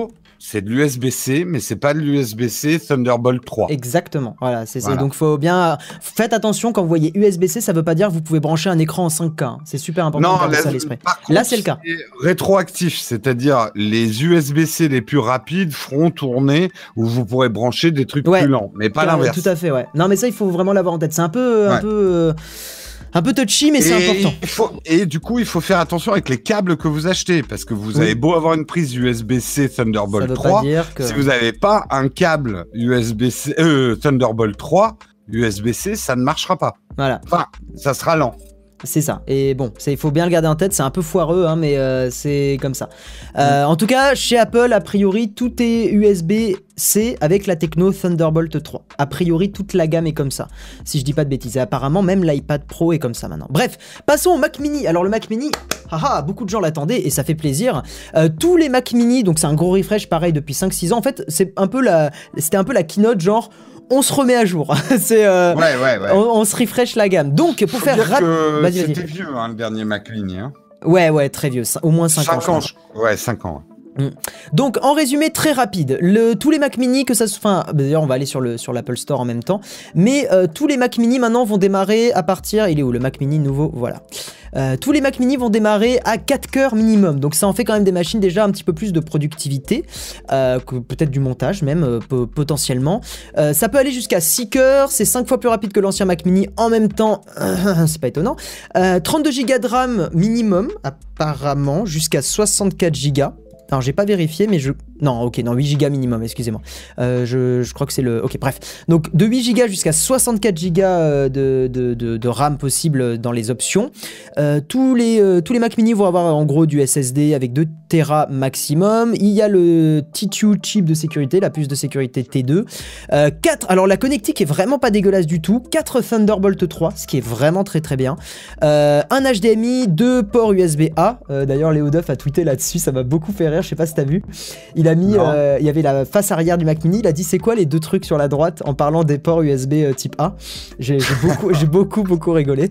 c'est de l'U S B C, mais c'est pas de l'U S B C Thunderbolt trois. Exactement. Voilà, c'est voilà. Donc faut bien faites attention quand vous voyez U S B C, ça veut pas dire que vous pouvez brancher un écran en cinq K. Hein. C'est super important non, de garder là, ça à l'esprit. Contre, là, c'est le cas. Rétroactif, c'est-à-dire les U S B C les plus rapides feront tourner où vous pourrez brancher des trucs ouais. plus lents, mais pas l'inverse. Tout à fait, ouais. Non, mais ça, il faut vraiment l'avoir en tête. C'est un peu, ouais. un peu. Euh... Un peu touchy, mais c'est important. Il faut, et du coup, il faut faire attention avec les câbles que vous achetez, parce que vous oui. avez beau avoir une prise U S B C Thunderbolt trois, que... si vous n'avez pas un câble U S B C euh, Thunderbolt trois, U S B C, ça ne marchera pas. Voilà. Enfin, ça sera lent. C'est ça. Et bon, il faut bien le garder en tête. C'est un peu foireux, hein, mais euh, c'est comme ça. Euh, mmh. En tout cas, chez Apple, a priori, tout est U S B C avec la techno Thunderbolt trois. A priori, toute la gamme est comme ça. Si je dis pas de bêtises. Et apparemment, même l'iPad Pro est comme ça maintenant. Bref, passons au Mac Mini. Alors, le Mac Mini, haha, beaucoup de gens l'attendaient et ça fait plaisir. Euh, tous les Mac Mini, donc c'est un gros refresh pareil depuis cinq six ans. En fait, c'est un peu la, c'était un peu la keynote genre. On se remet à jour. c'est, euh, ouais, ouais, ouais. On, on se refresh la gamme. Donc, pour Faut faire rapidement. C'était vieux, hein, le dernier Mac Mini. Hein. Ouais, ouais, très vieux. Au moins cinq ans. cinq ans, je... ouais, cinq ans. Mmh. Donc en résumé très rapide, le, tous les Mac Mini que ça se, enfin d'ailleurs on va aller sur le sur l'Apple Store en même temps, mais euh, tous les Mac Mini maintenant vont démarrer à partir, il est où le Mac Mini nouveau, voilà. Euh, tous les Mac Mini vont démarrer à quatre cœurs minimum, donc ça en fait quand même des machines déjà un petit peu plus de productivité, euh, que peut-être du montage même euh, potentiellement. Euh, ça peut aller jusqu'à six cœurs, c'est cinq fois plus rapide que l'ancien Mac Mini en même temps, euh, c'est pas étonnant. Euh, trente-deux gigas de RAM minimum apparemment, jusqu'à soixante-quatre gigas. Alors j'ai pas vérifié mais je... Non ok non huit gigas minimum excusez-moi euh, je, je crois que c'est le... Ok bref donc de huit gigas jusqu'à soixante-quatre gigas de, de, de, de RAM possible dans les options. euh, tous, les, euh, tous les Mac Mini vont avoir en gros du S S D avec deux téra maximum. Il y a le T deux chip de sécurité, la puce de sécurité T deux. euh, quatre, alors la connectique est vraiment pas dégueulasse du tout. quatre Thunderbolt trois, ce qui est vraiment très très bien. euh, un H D M I, deux ports U S B A. euh, d'ailleurs Léo Duff a tweeté là-dessus, ça m'a beaucoup fait rire, je sais pas si t'as vu. Il a mis, euh, il y avait la face arrière du Mac Mini, il a dit c'est quoi les deux trucs sur la droite en parlant des ports U S B euh, type A. J'ai beaucoup, j'ai beaucoup, beaucoup rigolé.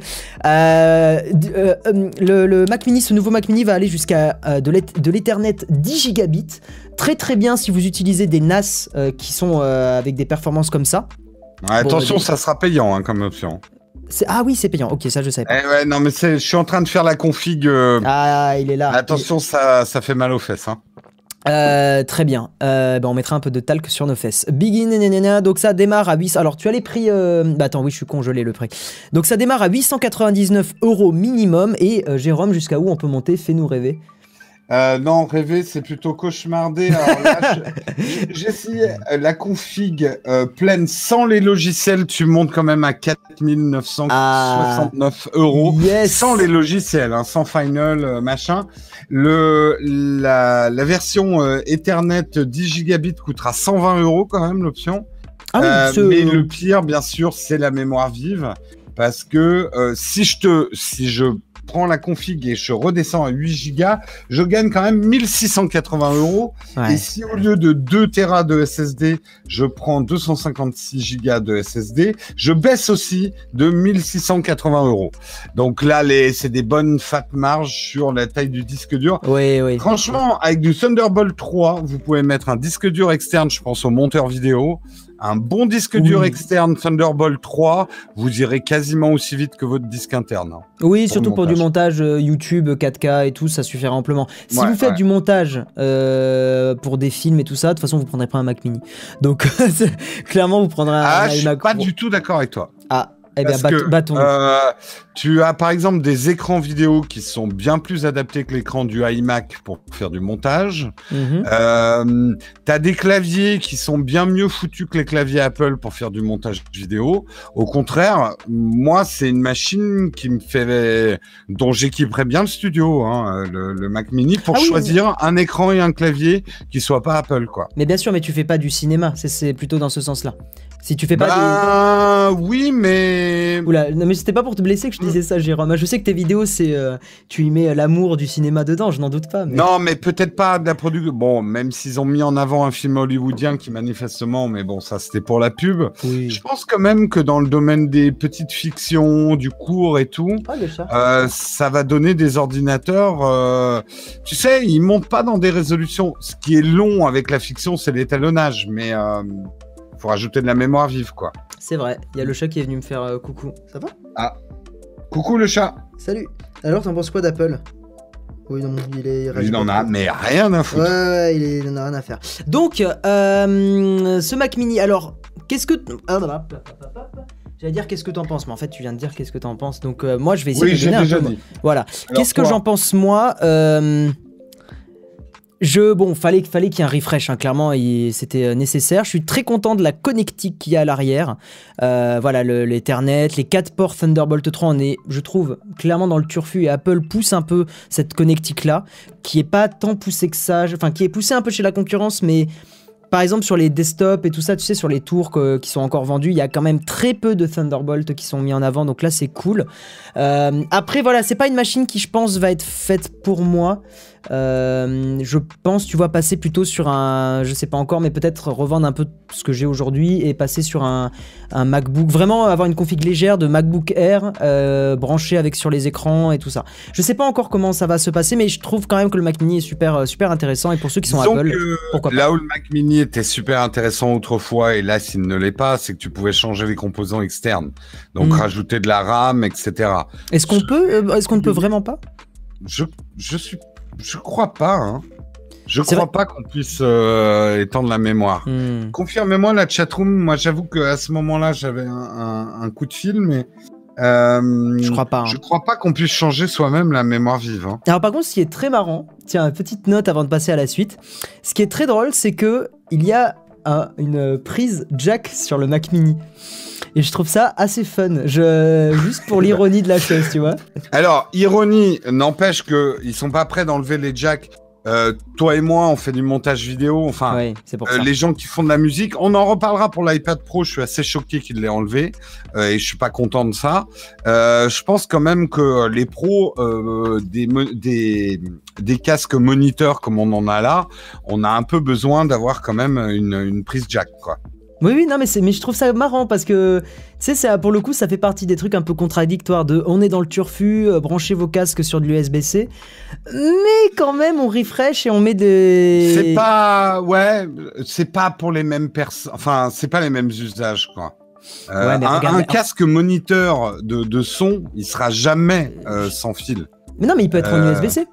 Euh, euh, le, le Mac Mini, ce nouveau Mac Mini va aller jusqu'à euh, de l'Ethernet dix gigabits. Très très bien si vous utilisez des N A S euh, qui sont euh, avec des performances comme ça. Ouais, attention, bon, ça sera payant hein, comme option. Ah oui, c'est payant. Ok, ça je savais pas. Eh ouais, non mais je suis en train de faire la config. Euh... Ah, il est là. Attention, il... ça, ça fait mal aux fesses. Hein. Euh, très bien. Euh, bah on mettra un peu de talc sur nos fesses. Begin, nanana, donc ça démarre à huit cents. Alors tu as les prix. Euh... Bah attends, oui, je suis congelé le prix. Donc ça démarre à huit cent quatre-vingt-dix-neuf euros minimum. Et euh, Jérôme, jusqu'à où on peut monter? Fais-nous rêver. Euh, non, rêver, c'est plutôt cauchemarder. Alors là, j'ai essayé la config euh, pleine sans les logiciels. Tu montes quand même à quatre mille neuf cent soixante-neuf ah, euros. Yes. Sans les logiciels, hein, sans Final, euh, machin. Le, la, la version euh, Ethernet dix gigabits coûtera cent vingt euros quand même, l'option. Ah oui, euh, ce... Mais le pire, bien sûr, c'est la mémoire vive. Parce que euh, si je te, si je prends la config et je redescends à huit gigas, je gagne quand même mille six cent quatre-vingts euros. Ouais. Et si au lieu de deux téra de S S D, je prends deux cent cinquante-six gigas de S S D, je baisse aussi de mille six cent quatre-vingts euros. Donc là, les, c'est des bonnes fat marges sur la taille du disque dur. Oui, oui. Franchement, avec du Thunderbolt trois, vous pouvez mettre un disque dur externe, je pense au monteur vidéo. Un bon disque dur oui. externe Thunderbolt trois, vous irez quasiment aussi vite que votre disque interne. Oui, pour surtout pour du montage euh, YouTube, quatre K et tout, ça suffira amplement. Si ouais, vous faites ouais. du montage euh, pour des films et tout ça, de toute façon, vous prendrez pas un Mac Mini. Donc, clairement, vous prendrez un, ah, un je suis Mac pas Pro. du tout d'accord avec toi. Ah. Eh bien, bat bâton. Euh, tu as par exemple des écrans vidéo qui sont bien plus adaptés que l'écran du iMac pour faire du montage. Mm-hmm. euh, tu as des claviers qui sont bien mieux foutus que les claviers Apple pour faire du montage vidéo. Au contraire, moi, c'est une machine qui me fait, dont j'équiperais bien le studio, hein, le, le Mac Mini, pour ah oui, choisir mais... un écran et un clavier qui soient pas Apple, quoi. Mais bien sûr, mais tu fais pas du cinéma. C'est plutôt dans ce sens-là. Si tu fais pas bah, des... oui, mais... Oula, non mais c'était pas pour te blesser que je disais ça, Jérôme. Je sais que tes vidéos, c'est euh, tu y mets l'amour du cinéma dedans, je n'en doute pas. Mais... Non, mais peut-être pas de la production. Bon, même s'ils ont mis en avant un film hollywoodien qui manifestement, mais bon, ça c'était pour la pub. Oui. Je pense quand même que dans le domaine des petites fictions, du court et tout, ah, le chat. Euh, ça va donner des ordinateurs... Euh... Tu sais, ils montent pas dans des résolutions. Ce qui est long avec la fiction, c'est l'étalonnage, mais... Euh... Faut rajouter de la mémoire vive, quoi. C'est vrai, il y a le chat qui est venu me faire euh, coucou. Ça va? Ah. Coucou le chat. Salut. Alors, t'en penses quoi d'Apple? Oui, non, il est... Il en a, mais rien à foutre. Ouais, ouais, il, est... il en a rien à faire. Donc, euh, ce Mac Mini, alors, qu'est-ce que... Ah, j'allais dire qu'est-ce que t'en penses, mais en fait, tu viens de dire qu'est-ce que t'en penses. Donc, euh, moi, je vais essayer oui, de donner un déjà peu... dit. Voilà. Alors, qu'est-ce toi... que j'en pense, moi euh... Je, bon, fallait, fallait qu'il y ait un refresh, hein, clairement, c'était nécessaire. Je suis très content de la connectique qu'il y a à l'arrière. Euh, voilà, le, l'Ethernet, les quatre ports Thunderbolt trois, on est, je trouve, clairement dans le turfu, et Apple pousse un peu cette connectique-là, qui est pas tant poussée que ça, enfin, qui est poussée un peu chez la concurrence, mais... Par exemple, sur les desktops et tout ça, tu sais, sur les tours que, qui sont encore vendus, il y a quand même très peu de Thunderbolt qui sont mis en avant, donc là, c'est cool. Euh, après, voilà, c'est pas une machine qui, je pense, va être faite pour moi. Euh, je pense, tu vois, passer plutôt sur un, je sais pas encore, mais peut-être revendre un peu ce que j'ai aujourd'hui et passer sur un, un MacBook, vraiment avoir une config légère de MacBook Air euh, branché avec sur les écrans et tout ça. Je sais pas encore comment ça va se passer, mais je trouve quand même que le Mac Mini est super, super intéressant, et pour ceux qui sont Disons Apple, que pourquoi pas. Là où le Mac Mini était super intéressant autrefois, et là s'il ne l'est pas, c'est que tu pouvais changer les composants externes, donc mmh. rajouter de la RAM, et cetera. Est-ce qu'on peut, est-ce qu'on ne peut vraiment pas? Je, je suis, je crois pas. Hein. Je c'est crois vrai. pas qu'on puisse euh, étendre la mémoire. Mmh. Confirmez-moi la chatroom. Moi, j'avoue qu'à ce moment-là, j'avais un, un, un coup de fil, mais euh, je crois pas. Hein. Je crois pas qu'on puisse changer soi-même la mémoire vive. Hein. Alors par contre, ce qui est très marrant, tiens, une petite note avant de passer à la suite. Ce qui est très drôle, c'est que il y a un, une prise jack sur le Mac Mini. Et je trouve ça assez fun, je... juste pour l'ironie de la chose, tu vois. Alors, ironie, n'empêche qu'ils sont pas prêts d'enlever les jacks. Euh, toi et moi, on fait du montage vidéo, enfin, oui, c'est pour euh, ça. Les gens qui font de la musique, on en reparlera pour l'iPad Pro, je suis assez choqué qu'il l'ait enlevé, euh, et je suis pas content de ça. Euh, je pense quand même que les pros, euh, des, des, des casques moniteurs comme on en a là, on a un peu besoin d'avoir quand même une, une prise jack, quoi. Oui, oui, non, mais, c'est, mais je trouve ça marrant parce que, tu sais, pour le coup, ça fait partie des trucs un peu contradictoires de on est dans le turfu, euh, branchez vos casques sur de l'U S B C, mais quand même, on refresh et on met des... C'est pas, ouais, c'est pas pour les mêmes personnes, enfin, c'est pas les mêmes usages, quoi. Euh, ouais, mais un, regarde, un casque moniteur de, de son, il sera jamais euh, sans fil. Mais non, mais il peut être euh... en U S B C.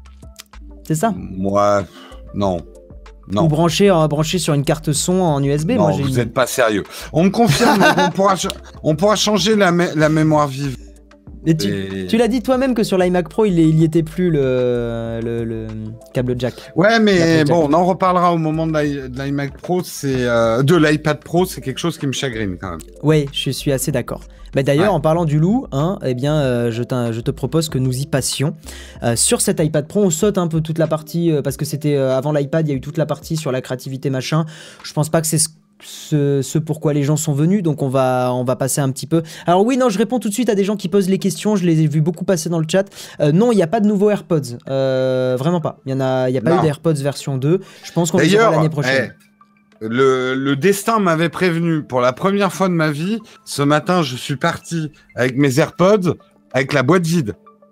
C'est ça. Moi, non. Non. Ou branché, euh, branché sur une carte son en U S B. Non, moi, j'ai vous une... n'êtes pas sérieux. On me confirme, on, pourra, on pourra changer la, mé- la mémoire vive. Mais tu, Et... tu l'as dit toi-même que sur l'iMac Pro, il n'y était plus le, le, le câble jack. Ouais, mais bon, jack. On en reparlera au moment de, l'i- de l'iMac Pro, c'est, euh, de l'iPad Pro, c'est quelque chose qui me chagrine quand même. Oui, je suis assez d'accord. Bah d'ailleurs, ouais. En parlant du loup, hein, eh bien, euh, je, je te propose que nous y passions. Euh, sur cet iPad Pro, on saute un peu toute la partie, euh, parce que c'était euh, avant l'iPad, il y a eu toute la partie sur la créativité, machin. Je pense pas que c'est ce, ce, ce pourquoi les gens sont venus, donc on va, on va passer un petit peu. Alors oui, non, je réponds tout de suite à des gens qui posent les questions, je les ai vus beaucoup passer dans le chat. Euh, non, il n'y a pas de nouveaux AirPods, euh, vraiment pas. Il n'y a, y a pas non. eu d'AirPods version deux. Je pense qu'on les aura l'année prochaine. Eh... Le, le destin m'avait prévenu pour la première fois de ma vie. Ce matin, je suis parti avec mes AirPods, avec la boîte vide.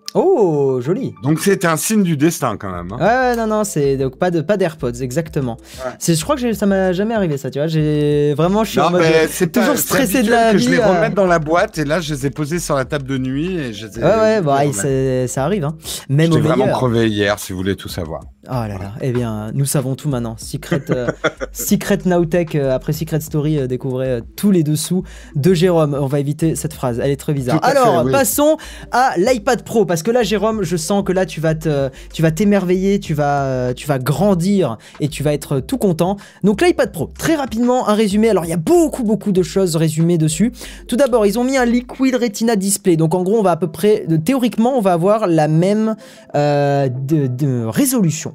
Oh, joli. Donc c'était un signe du destin quand même. Hein. Ouais, non, non, c'est donc pas de pas d'AirPods, exactement. Ouais. C'est, je crois que j'ai, ça m'a jamais arrivé ça, tu vois. J'ai vraiment, je suis non, en mode c'est toujours pas, stressé c'est de la que vie. Je les à... remette dans la boîte et là, je les ai posés sur la table de nuit et je les ai. Ouais, ouais, bah, c'est, ça arrive, hein. Même J'étais au meilleur. vraiment crevé hier, si vous voulez tout savoir. Oh là là, eh bien, nous savons tout maintenant. Secret, euh, Secret Nowtech, euh, après Secret Story, euh, découvrez euh, tous les dessous de Jérôme. On va éviter cette phrase, elle est très bizarre. Alors, fait, oui. Passons à l'iPad Pro, parce que là, Jérôme, je sens que là, tu vas, te, tu vas t'émerveiller, tu vas, tu vas grandir et tu vas être tout content. Donc, l'iPad Pro, très rapidement, un résumé. Alors, il y a beaucoup, beaucoup de choses résumées dessus. Tout d'abord, ils ont mis un Liquid Retina Display. Donc, en gros, on va à peu près, théoriquement, on va avoir la même euh, de, de résolution.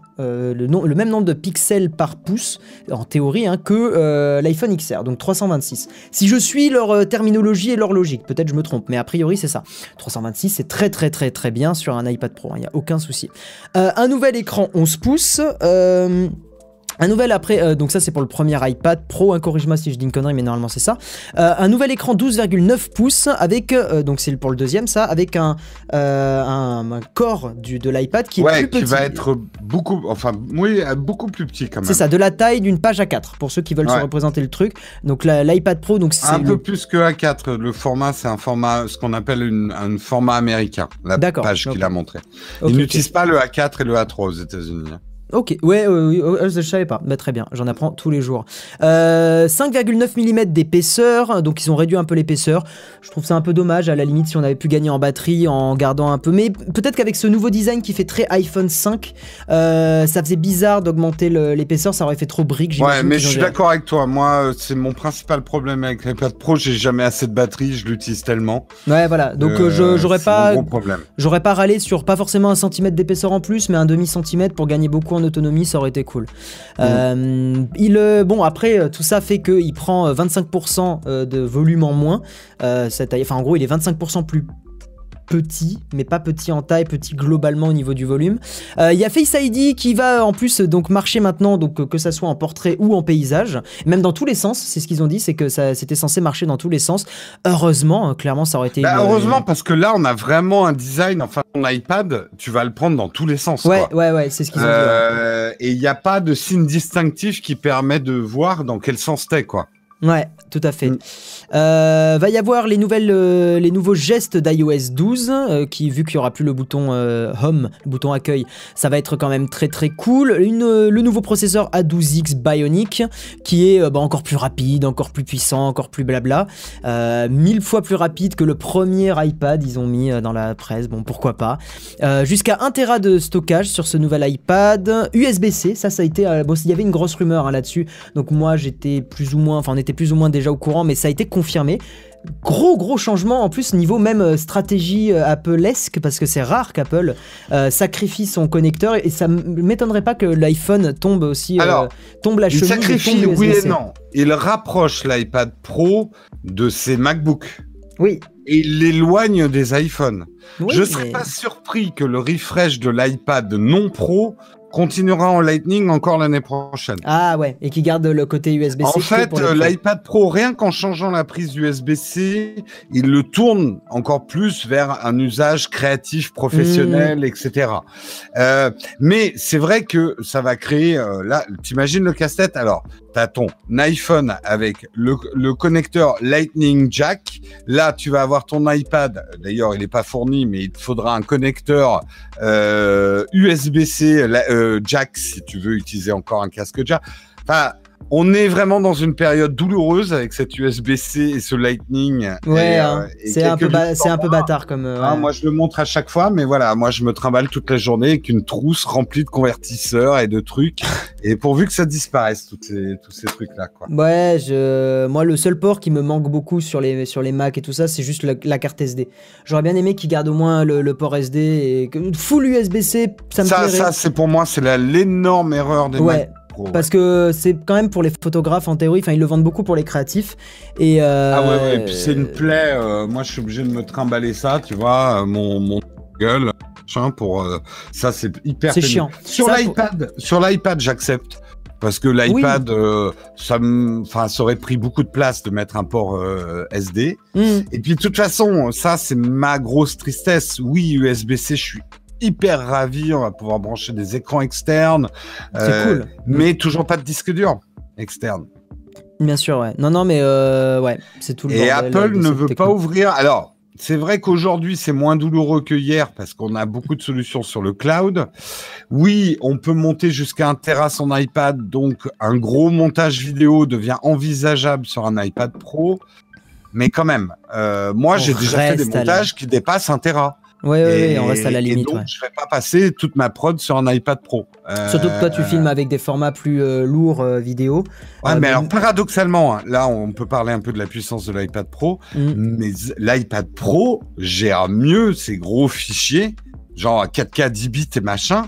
euh, le, no le même nombre de pixels par pouce, en théorie, hein, que euh, l'iPhone X R, donc trois cent vingt-six. Si je suis leur euh, terminologie et leur logique, peut-être je me trompe, mais a priori c'est ça. trois cent vingt-six, c'est très très très très bien sur un iPad Pro, il hein, n'y a aucun souci. Euh, un nouvel écran onze pouces, euh, un nouvel après, euh, donc ça c'est pour le premier iPad Pro, hein, corrige-moi si je dis une connerie, mais normalement c'est ça. Euh, un nouvel écran douze virgule neuf pouces avec, euh, donc c'est pour le deuxième ça, avec un, euh, un, un corps du, de l'iPad qui est ouais, plus petit. qui va être beaucoup, enfin oui, beaucoup plus petit quand même. C'est ça, de la taille d'une page A quatre, pour ceux qui veulent ouais. se représenter le truc. Donc l'iPad Pro, donc c'est un peu le... plus que A quatre. Le format, c'est un format, ce qu'on appelle une, un format américain. La page okay. qu'il a montré. Il okay, n'utilise okay. pas le A quatre et le A trois aux États-Unis. Ok, ouais, euh, euh, je savais pas. Bah, très bien, j'en apprends tous les jours. Euh, cinq virgule neuf millimètres d'épaisseur, donc ils ont réduit un peu l'épaisseur. Je trouve ça un peu dommage, à la limite, si on avait pu gagner en batterie en gardant un peu. Mais peut-être qu'avec ce nouveau design qui fait très iPhone cinq, euh, ça faisait bizarre d'augmenter l'épaisseur, ça aurait fait trop brique. Ouais, mais je suis d'accord avec toi. Moi, c'est mon principal problème avec l'iPad Pro, j'ai jamais assez de batterie, je l'utilise tellement. Ouais, voilà. Donc euh, j'aurais pas, j'aurais pas râlé sur pas forcément un centimètre d'épaisseur en plus, mais un demi centimètre pour gagner beaucoup en autonomie, ça aurait été cool. Mmh. Euh, il, euh, bon, après, tout ça fait qu'il prend vingt-cinq pour cent de volume en moins. Euh, cette, enfin, en gros, il est vingt-cinq pour cent plus petit, mais pas petit en taille, petit globalement au niveau du volume. Il euh, y a Face I D qui va en plus donc marcher maintenant, donc que ça soit en portrait ou en paysage, même dans tous les sens, c'est ce qu'ils ont dit, c'est que ça c'était censé marcher dans tous les sens. Heureusement, clairement ça aurait été... Bah, une, heureusement une... parce que là on a vraiment un design, enfin ton iPad, tu vas le prendre dans tous les sens. Ouais, quoi. ouais, ouais, c'est ce qu'ils ont euh, dit. Ouais. Et il n'y a pas de signe distinctif qui permet de voir dans quel sens t'es, quoi. Ouais, tout à fait. Mm. Euh, va y avoir les nouvelles, euh, les nouveaux gestes d'iOS douze, euh, qui vu qu'il y aura plus le bouton euh, Home, le bouton accueil, ça va être quand même très très cool. Une, euh, le nouveau processeur A douze X Bionic, qui est euh, bah, encore plus rapide, encore plus puissant, encore plus blabla, euh, mille fois plus rapide que le premier iPad, ils ont mis euh, dans la presse. Bon, pourquoi pas. Euh, Jusqu'à un téra de stockage sur ce nouvel iPad, U S B C, ça, ça a été, euh, bon, il y avait une grosse rumeur hein, là-dessus. Donc moi, j'étais plus ou moins, enfin, on était plus ou moins déjà au courant, mais ça a été confirmé. Gros gros changement en plus niveau même euh, stratégie euh, Apple-esque, parce que c'est rare qu'Apple euh, sacrifie son connecteur, et ça m'étonnerait pas que l'iPhone tombe aussi, Alors, euh, tombe la chemise. Il sacrifie, oui et non. Il rapproche l'iPad Pro de ses MacBooks. Oui. Et il l'éloigne des iPhones. Oui, Je serais mais... pas surpris que le refresh de l'iPad non Pro continuera en Lightning encore l'année prochaine. Ah ouais, et qui garde le côté U S B C. En fait, l'iPad Pro, rien qu'en changeant la prise U S B C, il le tourne encore plus vers un usage créatif, professionnel, mmh. et cetera. Euh, mais c'est vrai que ça va créer... Euh, là, t'imagines le casse-tête. Alors, t'as ton iPhone avec le, le connecteur Lightning Jack. Là, tu vas avoir ton iPad. D'ailleurs, il n'est pas fourni, mais il te faudra un connecteur euh, U S B C euh, Jack si tu veux utiliser encore un casque Jack. Enfin, on est vraiment dans une période douloureuse avec cette U S B C et ce Lightning. Ouais, hein, euh, c'est un peu, c'est un peu bâtard comme. Euh, hein, ouais. Moi, je le montre à chaque fois, mais voilà, moi, je me trimballe toute la journée avec une trousse remplie de convertisseurs et de trucs, et pourvu que ça disparaisse, toutes ces, tous ces trucs-là, quoi. Ouais, je, moi, le seul port qui me manque beaucoup sur les, sur les Mac et tout ça, c'est juste la, la carte S D. J'aurais bien aimé qu'ils gardent au moins le, le port S D et que full U S B C, ça me ça, plairait. Ça, c'est pour moi, c'est l'énorme erreur des ouais. Mac. Pro, Parce ouais. que c'est quand même pour les photographes en théorie, enfin ils le vendent beaucoup pour les créatifs. Et euh... Ah ouais, ouais, et puis c'est une plaie, euh, moi je suis obligé de me trimballer ça, tu vois, euh, mon, mon gueule, pour euh, ça c'est hyper C'est chiant. Sur l'iPad, pour... sur l'iPad j'accepte. Parce que l'iPad, oui. euh, ça, enfin, ça aurait pris beaucoup de place de mettre un port euh, S D. Mm. Et puis de toute façon, ça c'est ma grosse tristesse. Oui, U S B C, je suis hyper ravi, on va pouvoir brancher des écrans externes. C'est euh, cool. Mais toujours pas de disque dur externe. Bien sûr, ouais. Non, non, mais euh, ouais, c'est tout le Et bordel, Apple ne veut technique. pas ouvrir. Alors, c'est vrai qu'aujourd'hui, c'est moins douloureux que hier parce qu'on a beaucoup de solutions sur le cloud. Oui, on peut monter jusqu'à un téra son iPad, donc un gros montage vidéo devient envisageable sur un iPad Pro. Mais quand même, euh, moi, j'ai déjà fait des montages qui dépassent un téra. Oui, oui, oui, on reste à la limite. Et donc, ouais. je ne vais pas passer toute ma prod sur un iPad Pro. Euh, Surtout que toi, tu filmes avec des formats plus euh, lourds euh, vidéo. Ouais, euh, mais alors, paradoxalement, hein, là, on peut parler un peu de la puissance de l'iPad Pro, mm. mais l'iPad Pro gère mieux ces gros fichiers, genre quatre K, dix bits et machin,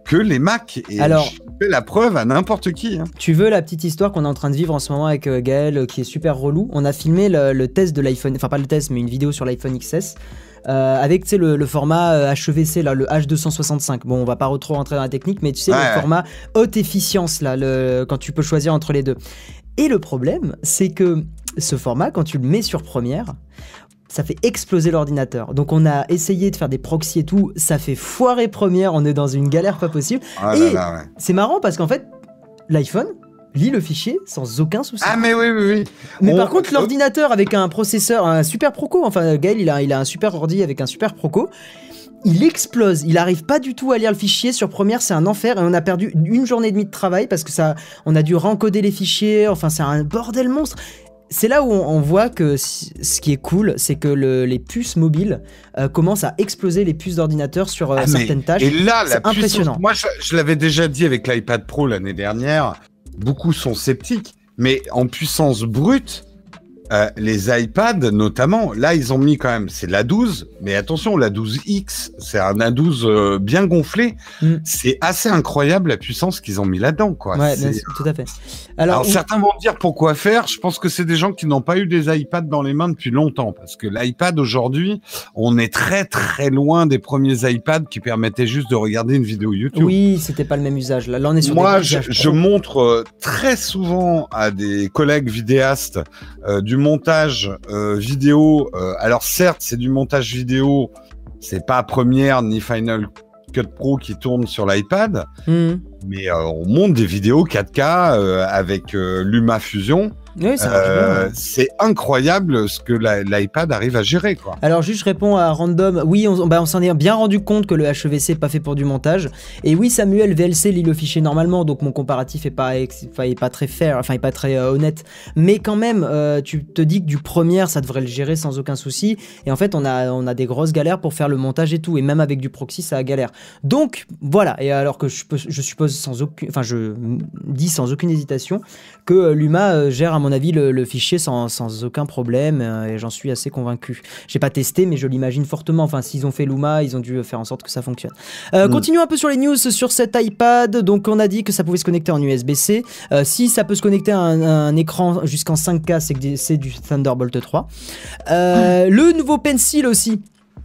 que les Mac. Et Alors, je fais la preuve à n'importe qui. Hein. Tu veux la petite histoire qu'on est en train de vivre en ce moment avec euh, Gaël, euh, qui est super relou. On a filmé le, le test de l'iPhone, enfin pas le test, mais une vidéo sur l'iPhone X S. Euh, avec le, le format euh, H E V C, là, le H deux cent soixante-cinq. Bon, on va pas trop rentrer dans la technique, mais tu sais, ouais, le ouais. format haute efficience, là, le, quand tu peux choisir entre les deux. Et le problème, c'est que ce format, quand tu le mets sur Premiere, ça fait exploser l'ordinateur. Donc on a essayé de faire des proxys et tout, ça fait foirer Premiere, on est dans une galère pas possible. Oh et là là, ouais. c'est marrant parce qu'en fait, l'iPhone lit le fichier sans aucun souci. Ah mais oui, oui, oui. Mais on... par contre, l'ordinateur avec un processeur, un super Proco, enfin Gaël, il a, il a un super ordi avec un super Proco, il explose, il arrive pas du tout à lire le fichier sur Premiere, c'est un enfer et on a perdu une journée et demie de travail parce que ça, on a dû rencoder les fichiers, enfin c'est un bordel monstre. C'est là où on, on voit que ce qui est cool, c'est que le, les puces mobiles euh, commencent à exploser les puces d'ordinateur sur euh, ah certaines tâches. Et là, la c'est impressionnant. Moi, je, je l'avais déjà dit avec l'iPad Pro l'année dernière, beaucoup sont sceptiques, mais en puissance brute, euh, les iPads notamment, là ils ont mis quand même, c'est l'A douze, mais attention, l'A douze X, c'est un A douze euh, bien gonflé, mm. c'est assez incroyable la puissance qu'ils ont mis là-dedans, quoi. Ouais, c'est... tout à fait. Alors, Alors où... certains vont dire pourquoi faire, je pense que c'est des gens qui n'ont pas eu des iPads dans les mains depuis longtemps, parce que l'iPad aujourd'hui, on est très très loin des premiers iPads qui permettaient juste de regarder une vidéo YouTube. Oui, c'était pas le même usage, là, là on est sur Moi, des je, je montre euh, très souvent à des collègues vidéastes euh, du montage euh, vidéo. Euh, alors certes, c'est du montage vidéo, c'est pas Premiere ni Final Cut Pro qui tourne sur l'iPad, mmh. mais euh, on monte des vidéos quatre K euh, avec euh, LumaFusion. Oui, ça euh, bien, ouais. C'est incroyable ce que la, l'iPad arrive à gérer, quoi. Alors juste je réponds à Random, oui on, bah, on s'en est bien rendu compte que le H E V C n'est pas fait pour du montage, et oui Samuel, V L C lit le fichier normalement, donc mon comparatif est pas, ex... enfin, est pas très fair, enfin est pas très euh, honnête, mais quand même euh, tu te dis que du Premiere ça devrait le gérer sans aucun souci, et en fait on a, on a des grosses galères pour faire le montage et tout, et même avec du proxy ça a galère. Donc voilà, et alors que je, je suppose sans aucune, enfin je dis sans aucune hésitation que euh, Luma euh, gère à mon avis le, le fichier sans, sans aucun problème, euh, et j'en suis assez convaincu. J'ai pas testé mais je l'imagine fortement, enfin s'ils ont fait Luma ils ont dû faire en sorte que ça fonctionne. Euh, mmh. Continuons un peu sur les news sur cet iPad. Donc on a dit que ça pouvait se connecter en U S B C, euh, si ça peut se connecter à un, un écran jusqu'en cinq K c'est, que c'est du Thunderbolt trois. euh, mmh. Le nouveau Pencil aussi.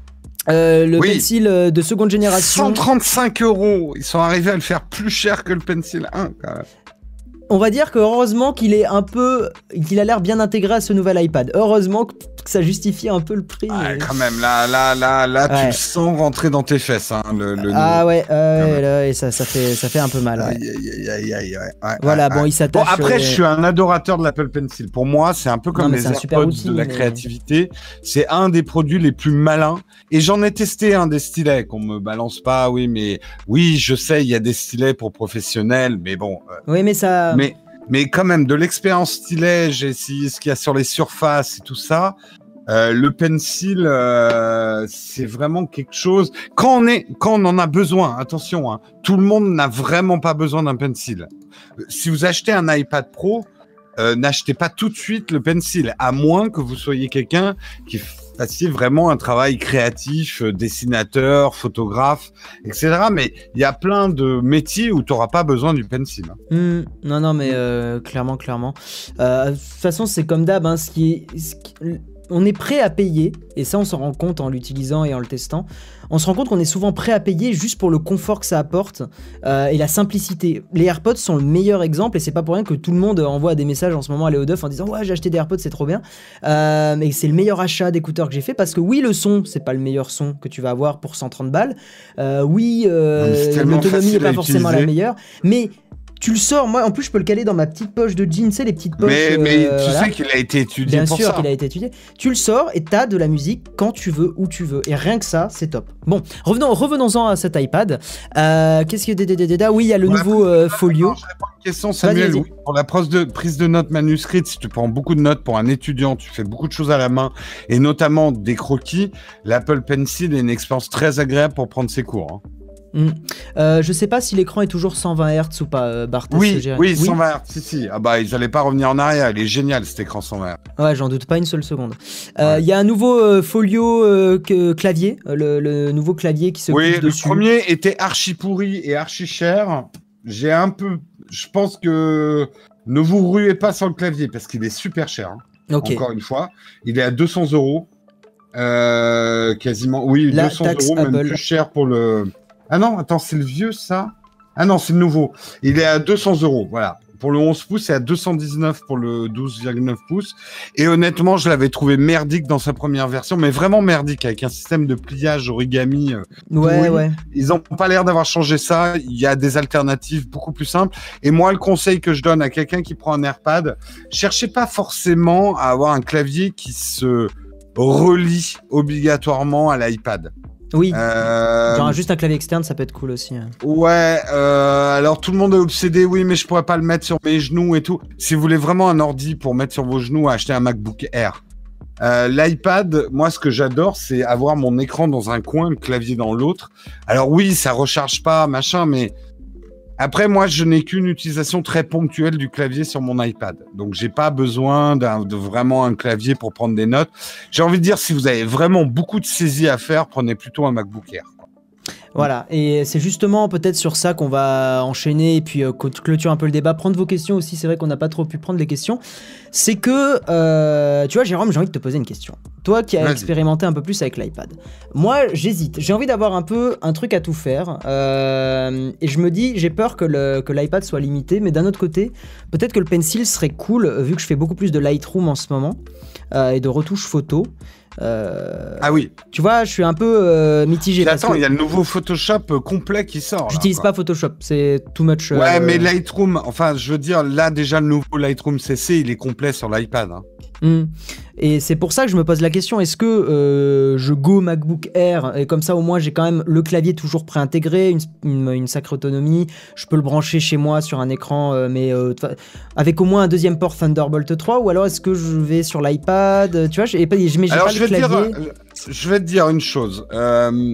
Euh, le oui. Pencil de seconde génération. cent trente-cinq euros. Ils sont arrivés à le faire plus cher que le Pencil un, quand même. On va dire que heureusement qu'il est un peu, qu'il a l'air bien intégré à ce nouvel iPad. Heureusement que ça justifie un peu le prix. Ah, mais... Quand même, là, là, là, là, ouais. Tu le sens rentrer dans tes fesses, hein, le, le Ah nouveau. ouais, euh, là, et ça, ça fait, ça fait un peu mal. Ouais. Aïe, aïe, aïe, aïe, ouais. Ouais, voilà, ouais, bon, ouais. il s'attache. Bon, après, euh... je suis un adorateur de l'Apple Pencil. Pour moi, c'est un peu comme non, les AirPods outil, de la mais... créativité. C'est un des produits les plus malins. Et j'en ai testé un des stylets qu'on me balance pas. Oui, mais oui, je sais, il y a des stylets pour professionnels, mais bon. Euh... Oui, mais ça. Mais Mais quand même, de l'expérience stylet, j'ai essayé ce qu'il y a sur les surfaces et tout ça. Euh, le Pencil, euh, c'est vraiment quelque chose. Quand on est, quand on en a besoin, attention, hein, tout le monde n'a vraiment pas besoin d'un Pencil. Si vous achetez un iPad Pro, euh, n'achetez pas tout de suite le Pencil, à moins que vous soyez quelqu'un qui fassiez vraiment un travail créatif, euh, dessinateur, photographe, et cetera. Mais il y a plein de métiers où tu n'auras pas besoin du Pencil. Mmh, non, non, mais euh, clairement, clairement. Euh, de toute façon, c'est comme d'hab, hein, ce qui est, ce qui... on est prêt à payer, et ça on s'en rend compte en l'utilisant et en le testant, on se rend compte qu'on est souvent prêt à payer juste pour le confort que ça apporte euh, et la simplicité. Les AirPods sont le meilleur exemple, et c'est pas pour rien que tout le monde envoie des messages en ce moment à Léo Duff en disant « Ouais, j'ai acheté des AirPods, c'est trop bien euh, ». Mais c'est le meilleur achat d'écouteurs que j'ai fait, parce que oui, le son, c'est pas le meilleur son que tu vas avoir pour cent trente balles. Euh, oui, euh, l'autonomie n'est pas forcément la meilleure, mais... Tu le sors, moi en plus je peux le caler dans ma petite poche de jean, tu sais les petites poches. Mais, mais euh, tu voilà. sais qu'il a été étudié Bien pour sûr ça. qu'il a été étudié. Tu le sors et t'as de la musique quand tu veux, où tu veux. Et rien que ça, c'est top. Bon, revenons, revenons-en à cet iPad. Euh, qu'est-ce qu'il y a? Oui, il y a le pour nouveau euh, Folio. Je réponds à une question, Samuel. Vas-y, vas-y. Oui, pour la prise de, prise de notes manuscrites, si tu prends beaucoup de notes pour un étudiant, tu fais beaucoup de choses à la main, et notamment des croquis, l'Apple Pencil est une expérience très agréable pour prendre ses cours. Hein. Mmh. Euh, je sais pas si l'écran est toujours cent vingt hertz ou pas, euh, Barthès. Oui, oui, cent vingt hertz, si, si. Ah bah, ils allaient pas revenir en arrière, il est génial cet écran cent vingt hertz. Ouais, j'en doute pas une seule seconde. Il euh, ouais. y a un nouveau euh, folio euh, que, clavier, le, le nouveau clavier qui se oui, coupe dessus. Oui, le premier était archi pourri et archi cher. J'ai un peu... Je pense que... Ne vous ruez pas sur le clavier, parce qu'il est super cher. Hein. Okay. Encore une fois. Il est à deux cents euros. Euh, quasiment... Oui, La deux cents euros, Apple. Même plus cher pour le... Ah non, attends, c'est le vieux, ça? Ah non, c'est le nouveau. Il est à deux cents euros, voilà. Pour le onze pouces, c'est à deux cent dix-neuf pour le douze virgule neuf pouces. Et honnêtement, je l'avais trouvé merdique dans sa première version, mais vraiment merdique, avec un système de pliage origami. Euh, ouais, pourri. ouais. Ils n'ont pas l'air d'avoir changé ça. Il y a des alternatives beaucoup plus simples. Et moi, le conseil que je donne à quelqu'un qui prend un AirPad, cherchez pas forcément à avoir un clavier qui se relie obligatoirement à l'iPad. Oui, euh... genre juste un clavier externe, ça peut être cool aussi. Hein. Ouais, euh, alors tout le monde est obsédé, oui, mais je pourrais pas le mettre sur mes genoux et tout. Si vous voulez vraiment un ordi pour mettre sur vos genoux, achetez un MacBook Air. Euh, L'iPad, moi, ce que j'adore, c'est avoir mon écran dans un coin, le clavier dans l'autre. Alors oui, ça recharge pas, machin, mais après, moi, je n'ai qu'une utilisation très ponctuelle du clavier sur mon iPad. Donc, j'ai pas besoin d'un, de vraiment un clavier pour prendre des notes. J'ai envie de dire, si vous avez vraiment beaucoup de saisie à faire, prenez plutôt un MacBook Air. Quoi. Voilà, et c'est justement peut-être sur ça qu'on va enchaîner et puis euh, clôturer un peu le débat, prendre vos questions aussi. C'est vrai qu'on n'a pas trop pu prendre les questions. C'est que, euh, tu vois, Jérôme, j'ai envie de te poser une question. Toi qui as Vas-y. expérimenté un peu plus avec l'iPad. Moi, j'hésite. J'ai envie d'avoir un peu un truc à tout faire. Euh, et je me dis, j'ai peur que, le, que l'iPad soit limité. Mais d'un autre côté, peut-être que le Pencil serait cool, vu que je fais beaucoup plus de Lightroom en ce moment euh, et de retouches photo. Euh, ah oui. Tu vois, je suis un peu euh, mitigé. Attends, il que... y a le nouveau Photoshop complet qui sort. J'utilise là, pas Photoshop, c'est too much. Euh... Ouais, mais Lightroom, enfin, je veux dire, là déjà le nouveau Lightroom C C, il est complet sur l'iPad. Hein. Mmh. Et c'est pour ça que je me pose la question, est-ce que euh, je go MacBook Air et comme ça au moins j'ai quand même le clavier toujours préintégré, une, une, une sacrée autonomie, je peux le brancher chez moi sur un écran euh, mais euh, avec au moins un deuxième port Thunderbolt trois, ou alors est-ce que je vais sur l'iPad, tu vois, j'ai, mais j'ai alors, pas je le clavier. Dire, je vais te dire une chose, euh,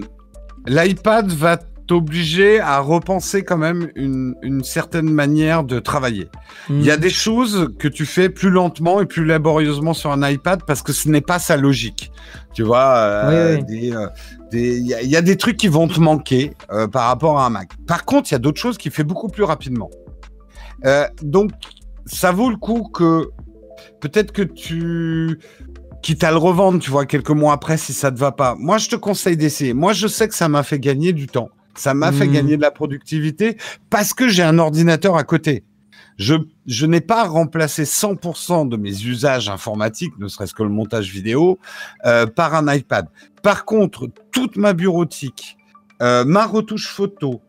l'iPad va t'obliger à repenser quand même une, une certaine manière de travailler. Il mmh. y a des choses que tu fais plus lentement et plus laborieusement sur un iPad parce que ce n'est pas sa logique. Tu vois, euh, oui, oui. des, euh, des, y, a, y a des trucs qui vont te manquer euh, par rapport à un Mac. Par contre, il y a d'autres choses qui fait beaucoup plus rapidement. Euh, donc, ça vaut le coup que peut-être que tu... quitte à le revendre, tu vois, quelques mois après si ça te va pas. Moi, je te conseille d'essayer. Moi, je sais que ça m'a fait gagner du temps. Ça m'a mmh. fait gagner de la productivité parce que j'ai un ordinateur à côté. Je, je n'ai pas remplacé cent pour cent de mes usages informatiques, ne serait-ce que le montage vidéo, euh, par un iPad. Par contre, toute ma bureautique, euh, ma retouche photo,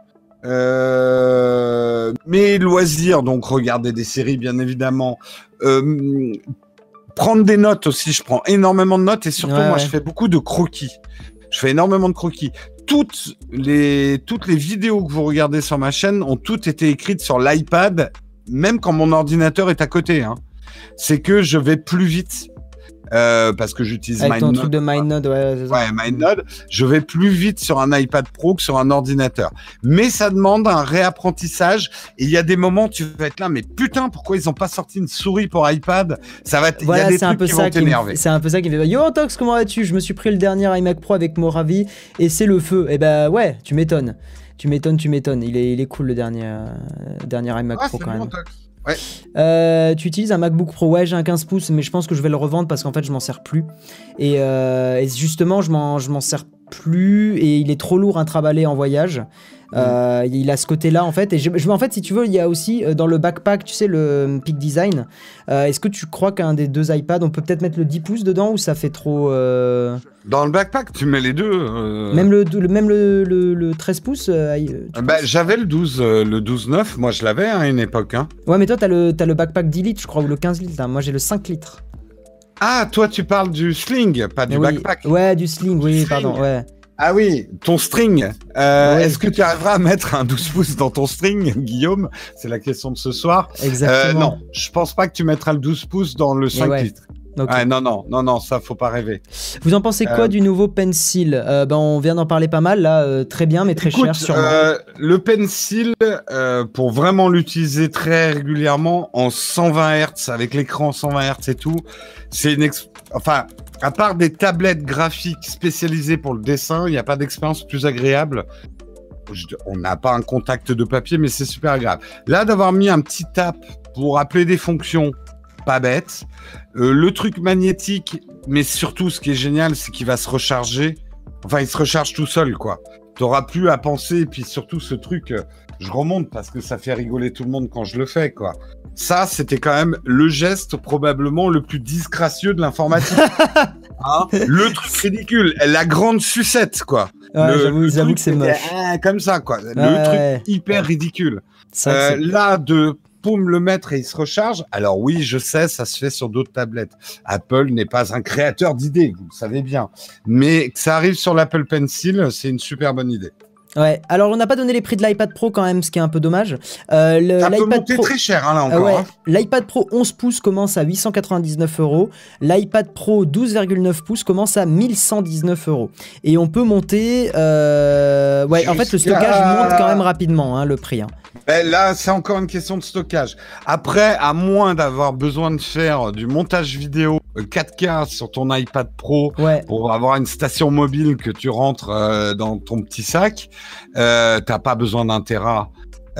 euh, mes loisirs, donc regarder des séries bien évidemment, euh, prendre des notes aussi, je prends énormément de notes et surtout ouais, moi ouais. je fais beaucoup de croquis. Je fais énormément de croquis. Toutes les, toutes les vidéos que vous regardez sur ma chaîne ont toutes été écrites sur l'iPad, même quand mon ordinateur est à côté. Hein. C'est que je vais plus vite. Euh, parce que j'utilise Avec MindNote. ton truc de MindNote, ouais. C'est ça. Ouais, MindNote. Je vais plus vite sur un iPad Pro que sur un ordinateur. Mais ça demande un réapprentissage. Et il y a des moments où tu vas être là, mais putain, pourquoi ils ont pas sorti une souris pour iPad? Ça va. Il voilà, y a des c'est trucs un peu qui ça vont t'énerver. C'est un peu ça qui fait. Yo Tox, comment vas-tu? Je me suis pris le dernier iMac Pro avec Mojave et c'est le feu. Et ben ouais, tu m'étonnes. Tu m'étonnes, tu m'étonnes. Il est, il est cool le dernier, euh, dernier iMac ah, Pro quand bon, même. Tox. Ouais. Euh, tu utilises un MacBook Pro, ouais j'ai un quinze pouces mais je pense que je vais le revendre parce qu'en fait je m'en sers plus et, euh, et justement je m'en, je m'en sers plus et il est trop lourd à trimballer en voyage. Euh, mmh. Il a ce côté-là en fait et je, je, en fait si tu veux il y a aussi euh, dans le backpack tu sais le Peak Design euh, est-ce que tu crois qu'un des deux iPads on peut peut-être mettre le dix pouces dedans ou ça fait trop euh... Dans le backpack tu mets les deux euh... même, le, le, même le, le, le treize pouces euh, bah, j'avais le douze euh, le douze neuf moi je l'avais hein, à une époque hein. Ouais mais toi t'as le, t'as le backpack dix litres je crois ou le quinze litres hein. Moi j'ai le cinq litres. Ah toi tu parles du sling pas du oui. backpack. Ouais du sling oui sling. Pardon ouais. Ah oui, ton string. Euh, ouais. Est-ce que tu arriveras à mettre un douze pouces dans ton string, Guillaume? C'est la question de ce soir. Exactement. Euh, non, je pense pas que tu mettras le douze pouces dans le cinq ouais. litres. Okay. Ah, non, non, non, non, ça, faut pas rêver. Vous en pensez quoi euh... du nouveau Pencil? euh, ben, On vient d'en parler pas mal, là, euh, très bien, mais très Écoute, cher sûrement. Euh, le Pencil, euh, pour vraiment l'utiliser très régulièrement, en cent vingt hertz, avec l'écran cent vingt hertz et tout, c'est une... Ex... Enfin, à part des tablettes graphiques spécialisées pour le dessin, il n'y a pas d'expérience plus agréable. Je... On n'a pas un contact de papier, mais c'est super agréable. Là, d'avoir mis un petit tap pour appeler des fonctions, pas bête. Euh, le truc magnétique, mais surtout, ce qui est génial, c'est qu'il va se recharger. Enfin, il se recharge tout seul, quoi. T'auras plus à penser. Et puis surtout, ce truc, euh, je remonte parce que ça fait rigoler tout le monde quand je le fais, quoi. Ça, c'était quand même le geste probablement le plus disgracieux de l'informatique. Hein, le truc ridicule, la grande sucette, quoi. Ouais, le, j'avoue que c'est moche. Euh, comme ça, quoi. Ouais, le truc ouais. hyper ridicule. Euh, là, de poum le mettre et il se recharge. Alors oui, je sais, ça se fait sur d'autres tablettes. Apple n'est pas un créateur d'idées, vous le savez bien. Mais que ça arrive sur l'Apple Pencil, c'est une super bonne idée. Ouais, alors on n'a pas donné les prix de l'iPad Pro quand même, ce qui est un peu dommage. Euh, le, ça peut monter Pro... très cher, hein, là encore. Euh, ouais. hein. L'iPad Pro onze pouces commence à huit cent quatre-vingt-dix-neuf euros. L'iPad Pro douze virgule neuf pouces commence à mille cent dix-neuf euros. Et on peut monter... Euh... Ouais, Jusqu'à... en fait, le stockage monte quand même rapidement, hein, le prix. Hein. Ben là, c'est encore une question de stockage. Après, à moins d'avoir besoin de faire du montage vidéo quatre K sur ton iPad Pro ouais. pour avoir une station mobile que tu rentres euh, dans ton petit sac, euh, t'as pas besoin d'un Tera.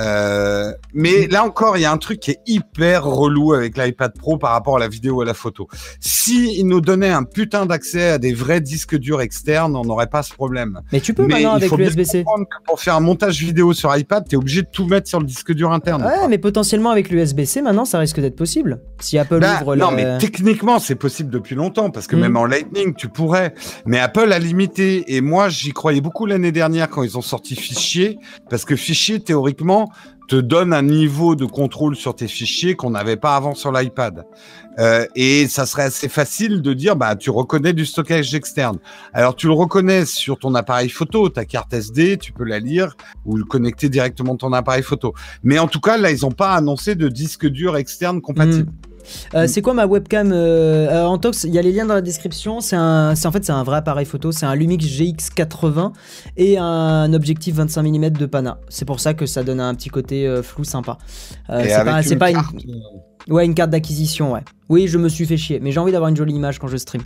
Euh, mais là encore, il y a un truc qui est hyper relou avec l'iPad Pro par rapport à la vidéo et à la photo. Si il nous donnait un putain d'accès à des vrais disques durs externes, on n'aurait pas ce problème. Mais tu peux mais maintenant avec l'U S B C. Pour faire un montage vidéo sur iPad, t'es obligé de tout mettre sur le disque dur interne. Ouais, quoi. mais potentiellement avec l'U S B C, maintenant, ça risque d'être possible. Si Apple bah, ouvre non, le... mais techniquement, c'est possible depuis longtemps parce que mmh. même en Lightning, tu pourrais. Mais Apple a limité. Et moi, j'y croyais beaucoup l'année dernière quand ils ont sorti Fichier, parce que Fichier, théoriquement, te donne un niveau de contrôle sur tes fichiers qu'on n'avait pas avant sur l'iPad. Euh, et ça serait assez facile de dire, bah, tu reconnais du stockage externe. Alors, tu le reconnais sur ton appareil photo, ta carte S D, tu peux la lire ou le connecter directement de ton appareil photo. Mais en tout cas, là, ils n'ont pas annoncé de disque dur externe compatible. Mmh. Euh, c'est quoi ma webcam euh, Antox, il y a les liens dans la description. C'est un, c'est en fait c'est un vrai appareil photo. C'est un Lumix G X quatre-vingts et un objectif vingt-cinq millimètres de Pana. C'est pour ça que ça donne un petit côté euh, flou sympa. Euh, c'est pas, c'est pas une, ouais, une carte d'acquisition. Ouais. Oui, je me suis fait chier, mais j'ai envie d'avoir une jolie image quand je stream.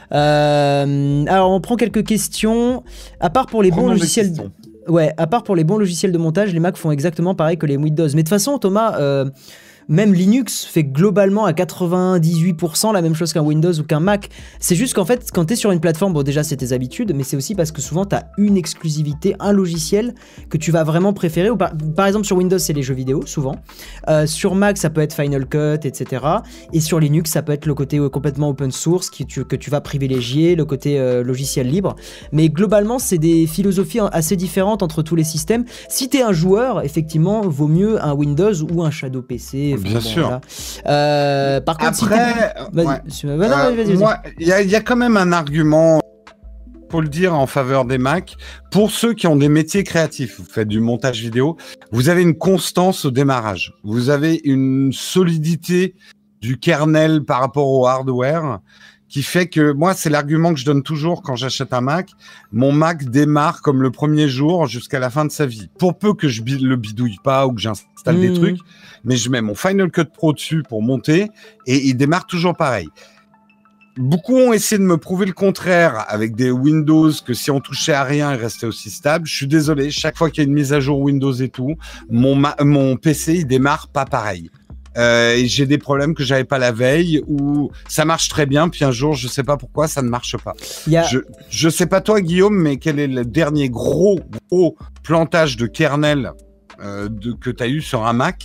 Euh, alors on prend quelques questions. À part pour les bons logiciels. Ouais, à part pour les bons logiciels de montage, les Mac font exactement pareil que les Windows. Mais de toute façon, Thomas. Euh, Même Linux fait globalement à quatre-vingt-dix-huit pour cent la même chose qu'un Windows ou qu'un Mac. C'est juste qu'en fait, quand tu es sur une plateforme, bon déjà c'est tes habitudes, mais c'est aussi parce que souvent tu as une exclusivité, un logiciel que tu vas vraiment préférer. Ou par, par exemple sur Windows c'est les jeux vidéo, souvent. Euh, sur Mac ça peut être Final Cut, et cetera. Et sur Linux ça peut être le côté euh, complètement open source qui, tu, que tu vas privilégier, le côté euh, logiciel libre. Mais globalement c'est des philosophies assez différentes entre tous les systèmes. Si tu es un joueur, effectivement, vaut mieux un Windows ou un Shadow P C. Bien bon, sûr. Voilà. Euh, par contre, après, si vas-y, ouais. vas-y, vas-y, vas-y. Euh, moi, il y, y a quand même un argument, pour le dire, en faveur des Mac. Pour ceux qui ont des métiers créatifs, vous faites du montage vidéo, vous avez une constance au démarrage. Vous avez une solidité du kernel par rapport au hardware qui fait que, moi, c'est l'argument que je donne toujours quand j'achète un Mac. Mon Mac démarre comme le premier jour jusqu'à la fin de sa vie. Pour peu que je le bidouille pas ou que j'installe mmh. des trucs, mais je mets mon Final Cut Pro dessus pour monter et il démarre toujours pareil. Beaucoup ont essayé de me prouver le contraire avec des Windows, que si on touchait à rien, il restait aussi stable. Je suis désolé, chaque fois qu'il y a une mise à jour Windows et tout, mon, ma- mon P C, il démarre pas pareil. Euh, et j'ai des problèmes que j'avais pas la veille où ça marche très bien, puis un jour, je sais pas pourquoi, ça ne marche pas. Yeah. Je, je sais pas toi, Guillaume, mais quel est le dernier gros, gros plantage de kernel euh, de, que tu as eu sur un Mac?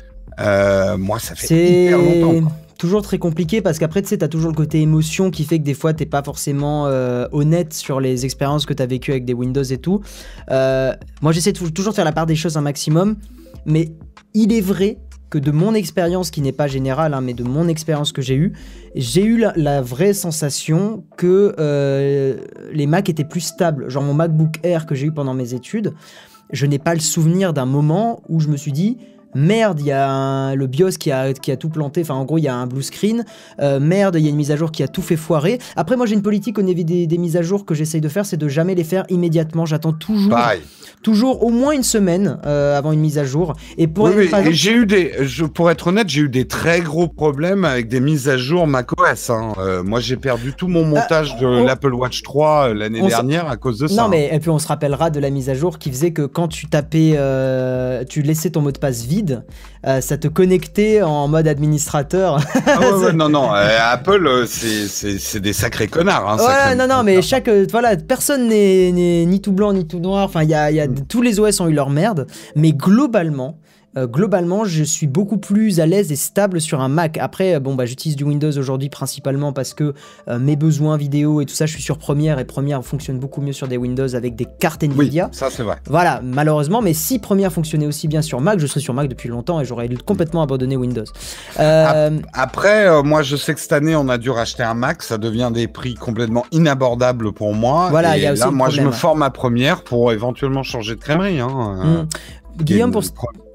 euh, Moi, ça fait C'est... hyper longtemps. Quoi. Toujours très compliqué parce qu'après tu sais t'as toujours le côté émotion qui fait que des fois t'es pas forcément euh, honnête sur les expériences que t'as vécues avec des Windows et tout. Euh, moi j'essaie de toujours de faire la part des choses un maximum, mais il est vrai que de mon expérience qui n'est pas générale hein, mais de mon expérience que j'ai eue, j'ai eu la, la vraie sensation que euh, les Mac étaient plus stables. Genre mon MacBook Air que j'ai eu pendant mes études, je n'ai pas le souvenir d'un moment où je me suis dit Merde, il y a un, le BIOS qui a, qui a tout planté. Enfin, en gros, il y a un blue screen. Euh, merde, il y a une mise à jour qui a tout fait foirer. Après, moi, j'ai une politique au niveau des, des mises à jour que j'essaye de faire, c'est de jamais les faire immédiatement. J'attends toujours, Pareil. toujours au moins une semaine euh, avant une mise à jour. Et pour oui, être, oui, par exemple, et j'ai eu des, je, pour être honnête, j'ai eu des très gros problèmes avec des mises à jour macOS. Hein. Euh, moi, j'ai perdu tout mon montage euh, de on... l'Apple Watch trois l'année dernière à cause de ça. Non, mais et puis on se rappellera de la mise à jour qui faisait que quand tu tapais, euh, tu laissais ton mot de passe vide. Euh, ça te connectait en mode administrateur. Ah ouais, ouais, non, non, euh, Apple, c'est des sacrés connards. Hein, ouais, non, non, mais chaque, euh, voilà, personne n'est ni tout blanc ni tout noir. Enfin, il y a, y a, mm. tous les O S ont eu leur merde, mais globalement. Euh, globalement, je suis beaucoup plus à l'aise et stable sur un Mac. Après, bon, bah, j'utilise du Windows aujourd'hui principalement parce que euh, mes besoins vidéo et tout ça, je suis sur Premiere et Premiere fonctionne beaucoup mieux sur des Windows avec des cartes Nvidia. Oui, ça c'est vrai. Voilà, malheureusement, mais si Premiere fonctionnait aussi bien sur Mac, je serais sur Mac depuis longtemps et j'aurais complètement abandonné Windows. Euh... Après, euh, moi, je sais que cette année, on a dû racheter un Mac, ça devient des prix complètement inabordables pour moi. Voilà, et y a aussi là, moi, problème. je me forme à Premiere pour éventuellement changer de crèmerie. Hein. Mmh. Guillaume, pour...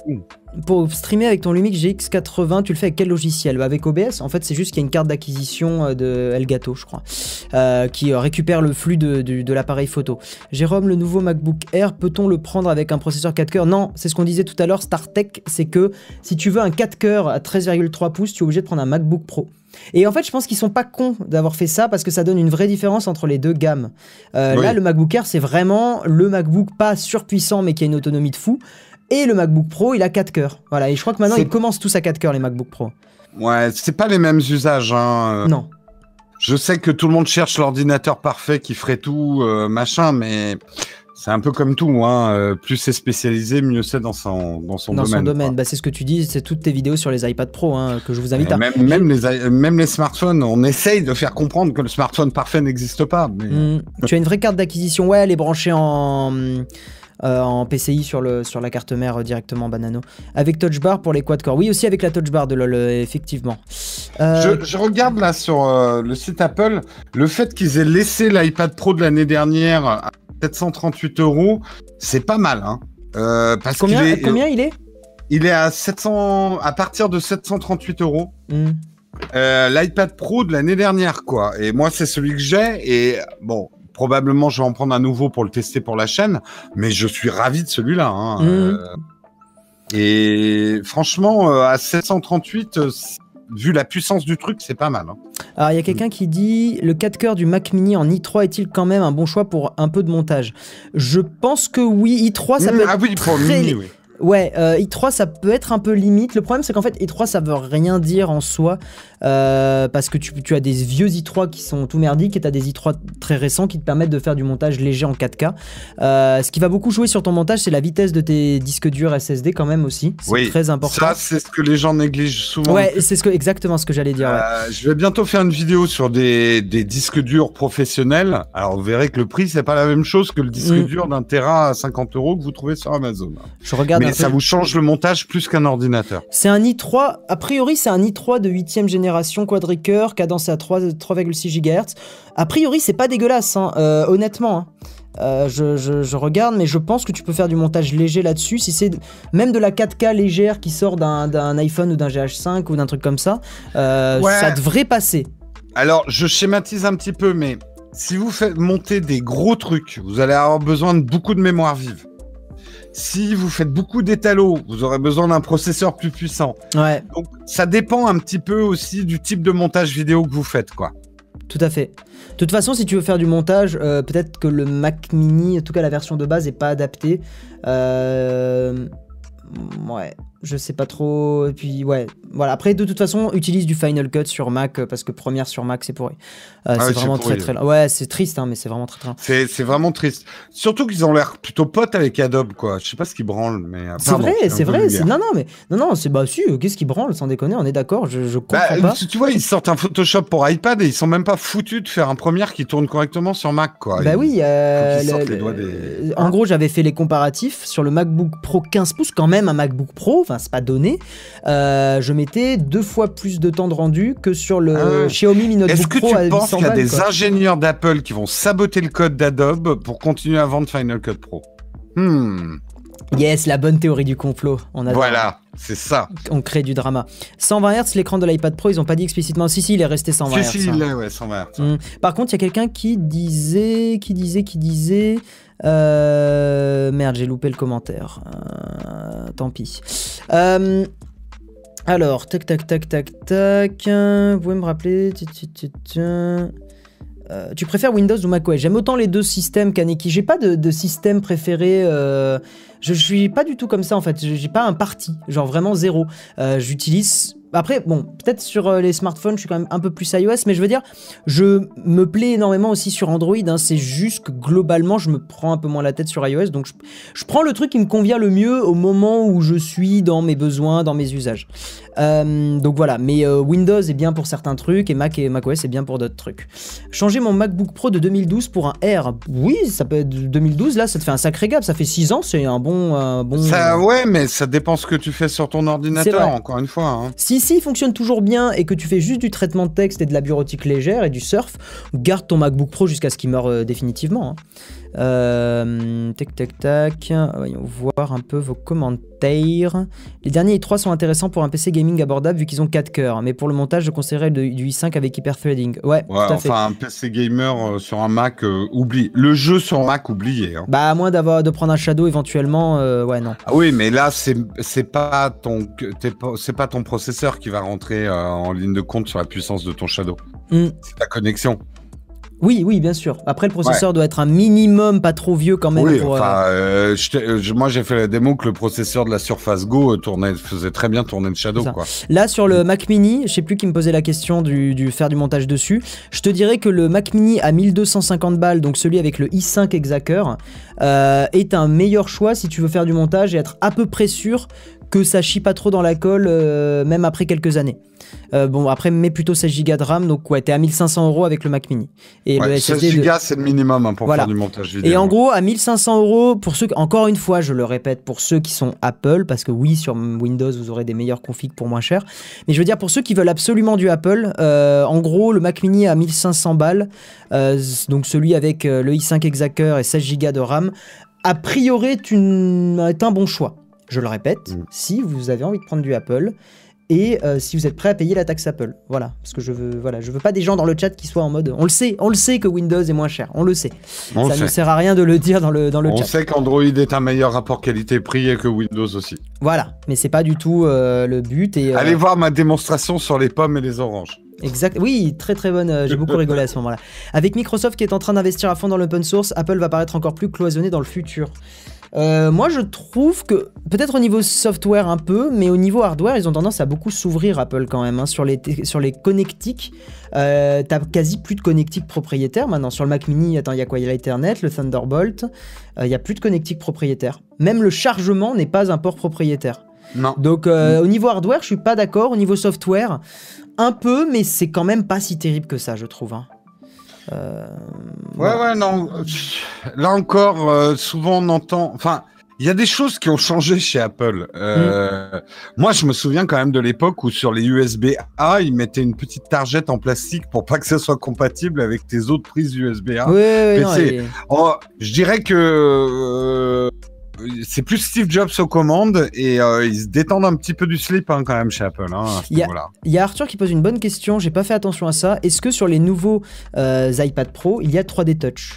Pour streamer avec ton Lumix G X quatre-vingts, tu le fais avec quel logiciel? Bah avec O B S, en fait c'est juste qu'il y a une carte d'acquisition de Elgato, je crois, euh, qui récupère le flux de, de, de l'appareil photo. Jérôme, le nouveau MacBook Air, peut-on le prendre avec un processeur quatre cœurs? Non, c'est ce qu'on disait tout à l'heure, StarTech, c'est que si tu veux un quatre cœurs à treize virgule trois pouces, tu es obligé de prendre un MacBook Pro. Et en fait, je pense qu'ils sont pas cons d'avoir fait ça parce que ça donne une vraie différence entre les deux gammes. Euh, oui. Là, le MacBook Air, c'est vraiment le MacBook pas surpuissant mais qui a une autonomie de fou. Et le MacBook Pro, il a quatre cœurs. Voilà, et je crois que maintenant, ils commencent tous à quatre cœurs, les MacBook Pro. Ouais, c'est pas les mêmes usages. Hein. Non. Je sais que tout le monde cherche l'ordinateur parfait qui ferait tout, euh, machin, mais c'est un peu comme tout. Hein. Euh, plus c'est spécialisé, mieux c'est dans son, dans son dans domaine. Dans son domaine, bah, c'est ce que tu dis, c'est toutes tes vidéos sur les iPad Pro hein, que je vous invite mais à... Même, même, les, même les smartphones, on essaye de faire comprendre que le smartphone parfait n'existe pas. Mais... Mmh. Tu as une vraie carte d'acquisition, ouais, elle est branchée en... Euh, en P C I sur, le, sur la carte mère euh, directement Banano. Avec Touch Bar pour les quad-core. Oui, aussi avec la Touch Bar de LoL, euh, effectivement. Euh... Je, je regarde là sur euh, le site Apple, le fait qu'ils aient laissé l'iPad Pro de l'année dernière à sept cent trente-huit euros, c'est pas mal. Hein. Euh, parce combien, est, combien il est Il est à, sept cents, à partir de sept cent trente-huit euros. Mm. Euh, L'iPad Pro de l'année dernière, quoi. Et moi, c'est celui que j'ai. Et bon... Probablement, je vais en prendre un nouveau pour le tester pour la chaîne, mais je suis ravi de celui-là. Hein. Mmh. Euh, et franchement, euh, à sept cent trente-huit, euh, vu la puissance du truc, c'est pas mal. Hein. Alors, il y a quelqu'un qui dit « Le quatre cœurs du Mac Mini en i trois est-il quand même un bon choix pour un peu de montage ?» Je pense que oui, i trois, ça mmh, peut ah être oui, pour très... le mini, oui. Ouais, euh, i trois, ça peut être un peu limite. Le problème, c'est qu'en fait, i trois, ça veut rien dire en soi. Euh, parce que tu, tu as des vieux i trois qui sont tout merdiques et tu as des i trois très récents qui te permettent de faire du montage léger en quatre K. Euh, ce qui va beaucoup jouer sur ton montage, c'est la vitesse de tes disques durs S S D quand même aussi. C'est oui, très important. Ça, c'est ce que les gens négligent souvent. Ouais, c'est ce que, exactement ce que j'allais dire. Euh, ouais. Je vais bientôt faire une vidéo sur des, des disques durs professionnels. Alors, vous verrez que le prix, c'est pas la même chose que le disque mmh. dur d'un Tera à cinquante euros que vous trouvez sur Amazon. Je regarde. Mais ça vous change le montage plus qu'un ordinateur. C'est un i trois, a priori, c'est un i trois de huitième génération quadricœur. Cadence à trois virgule six gigahertz. A priori, c'est pas dégueulasse, hein, euh, honnêtement. Hein. Euh, je, je, je regarde, mais je pense que tu peux faire du montage léger là-dessus. Si c'est même de la quatre K légère qui sort d'un iPhone ou d'un G H cinq ou d'un truc comme ça, euh, ouais. ça devrait passer. Alors, je schématise un petit peu, mais si vous faites monter des gros trucs, vous allez avoir besoin de beaucoup de mémoire vive. Si vous faites beaucoup d'étalos, vous aurez besoin d'un processeur plus puissant. Ouais. Donc, ça dépend un petit peu aussi du type de montage vidéo que vous faites, quoi. Tout à fait. De toute façon, si tu veux faire du montage, euh, peut-être que le Mac Mini, en tout cas la version de base, n'est pas adaptée. Euh... Ouais, je sais pas trop. Et puis, ouais, voilà. Après, de toute façon, utilise du Final Cut sur Mac parce que Premiere sur Mac, c'est pourri. Euh, ah c'est ouais, vraiment très, très. Ouais, c'est triste, hein, mais c'est vraiment très, très. C'est, c'est vraiment triste. Surtout qu'ils ont l'air plutôt potes avec Adobe, quoi. Je sais pas ce qu'ils branlent, mais. C'est vrai, c'est vrai. C'est... Non, non, mais non, non, c'est bah si. Qu'est-ce qu'ils branlent, sans déconner, on est d'accord. Je, je comprends bah, pas. Tu vois, ils sortent un Photoshop pour iPad et ils sont même pas foutus de faire un Premiere qui tourne correctement sur Mac, quoi. Bah ils... oui. Euh, le, les doigts des... En gros, j'avais fait les comparatifs sur le MacBook Pro quinze pouces, quand même un MacBook Pro. Enfin, c'est pas donné. Euh, je mettais deux fois plus de temps de rendu que sur le ah. Xiaomi Mi Note Est-ce Book que Pro tu penses qu'il y a balles, des quoi. ingénieurs d'Apple qui vont saboter le code d'Adobe pour continuer à vendre Final Cut Pro? Hmm. Yes, la bonne théorie du complot. On a voilà, c'est ça. On crée du drama. cent vingt hertz, l'écran de l'iPad Pro, ils ont pas dit explicitement. Si, si, il est resté cent vingt hertz. Si, si, il est, ouais, cent vingt hertz. Mmh. Par contre, il y a quelqu'un qui disait, qui disait, qui disait... Euh... Merde, j'ai loupé le commentaire. Euh... Tant pis. Euh... Alors, tac, tac, tac, tac, tac. Vous pouvez me rappeler... Euh, tu préfères Windows ou macOS? J'aime autant les deux systèmes, Kaneki. J'ai pas de, de système préféré. Euh, je, je suis pas du tout comme ça en fait. J'ai pas un parti, genre vraiment zéro. Euh, J'utilise. Après, bon, peut-être sur euh, les smartphones, je suis quand même un peu plus iOS, mais je veux dire, je me plais énormément aussi sur Android. Hein, c'est juste que globalement, je me prends un peu moins la tête sur iOS, donc je, je prends le truc qui me convient le mieux au moment où je suis dans mes besoins, dans mes usages. Euh, donc voilà, mais euh, Windows est bien pour certains trucs et Mac et macOS est bien pour d'autres trucs. Changer mon MacBook Pro de deux mille douze pour un R, oui, ça peut être deux mille douze, là, ça te fait un sacré gap, ça fait six ans, c'est un bon... Un bon... Ça, ouais, mais ça dépend ce que tu fais sur ton ordinateur, encore une fois. Hein. Si, si, il fonctionne toujours bien et que tu fais juste du traitement de texte et de la bureautique légère et du surf, garde ton MacBook Pro jusqu'à ce qu'il meure euh, définitivement. Hein. Euh, tac, tac, tac. Voyons voir un peu vos commentaires. Les derniers i trois sont intéressants pour un P C gaming abordable vu qu'ils ont quatre cœurs. Mais pour le montage, je conseillerais du i cinq avec hyperthreading. Ouais, ouais tout à enfin, fait. un P C gamer euh, sur un Mac, euh, oublie. Le jeu sur Mac, oublié. Hein. Bah, à moins d'avoir de prendre un Shadow éventuellement, euh, ouais, non. Ah oui, mais là, c'est c'est pas ton c'est pas ton processeur qui va rentrer euh, en ligne de compte sur la puissance de ton Shadow. Mm. C'est ta connexion. Oui, oui, bien sûr. Après, le processeur ouais. doit être un minimum pas trop vieux quand même. Oui, pour, enfin, euh, je je, moi j'ai fait la démo que le processeur de la Surface Go tournait, faisait très bien tourner le Shadow. Quoi. Là, sur le Mac Mini, je sais plus qui me posait la question du, du faire du montage dessus. Je te dirais que le Mac Mini à mille deux cent cinquante balles, donc celui avec le i cinq Exacer, euh, est un meilleur choix si tu veux faire du montage et être à peu près sûr que ça chie pas trop dans la colle, euh, même après quelques années. Euh, bon, après, mets plutôt seize gigas de RAM, donc ouais, t'es à mille cinq cents euros avec le Mac Mini. Et ouais, le S S D seize gigas, de... c'est le minimum hein, pour voilà. faire du montage vidéo. Et en gros, à mille cinq cents euros, pour ceux, encore une fois, je le répète, pour ceux qui sont Apple, parce que oui, sur Windows, vous aurez des meilleurs configs pour moins cher. Mais je veux dire, pour ceux qui veulent absolument du Apple, euh, en gros, le Mac Mini à mille cinq cents balles, euh, donc celui avec euh, le i cinq Exacer et seize gigas de RAM, a priori, est, une... est un bon choix. Je le répète, mmh. si vous avez envie de prendre du Apple et euh, si vous êtes prêt à payer la taxe Apple. Voilà, parce que je veux, voilà, je veux pas des gens dans le chat qui soient en mode... On le sait, on le sait que Windows est moins cher, on le sait. On Ça ne sert à rien de le dire dans le, dans le on chat. On sait qu'Android est un meilleur rapport qualité-prix et que Windows aussi. Voilà, mais c'est pas du tout euh, le but. Et, euh... Allez voir ma démonstration sur les pommes et les oranges. Exact. Oui, très très bonne. Euh, J'ai beaucoup rigolé à ce moment-là. Avec Microsoft qui est en train d'investir à fond dans l'open source, Apple va paraître encore plus cloisonné dans le futur. Euh, moi je trouve que, peut-être au niveau software un peu, mais au niveau hardware, ils ont tendance à beaucoup s'ouvrir Apple quand même, hein, sur les, sur les connectiques. Euh, t'as quasi plus de connectiques propriétaires maintenant. Sur le Mac Mini, attends, il y a quoi? Il y a l'Ethernet, le Thunderbolt, il euh, y a plus de connectiques propriétaires. Même le chargement n'est pas un port propriétaire. Non. Donc euh, mmh. au niveau hardware, je suis pas d'accord. Au niveau software, un peu, mais c'est quand même pas si terrible que ça, je trouve. Hein. Euh, ouais, voilà. ouais, non. Là encore, euh, souvent on entend. Enfin, il y a des choses qui ont changé chez Apple. Euh, mmh. Moi, je me souviens quand même de l'époque où sur les U S B A, ils mettaient une petite targette en plastique pour pas que ça soit compatible avec tes autres prises U S B A. Oui, oui, non, et... oh, je dirais que. Euh, c'est plus Steve Jobs aux commandes et euh, ils se détendent un petit peu du slip hein, quand même chez Apple. Hein, il y, y a Arthur qui pose une bonne question, j'ai pas fait attention à ça. Est-ce que sur les nouveaux euh, iPad Pro, il y a trois D Touch?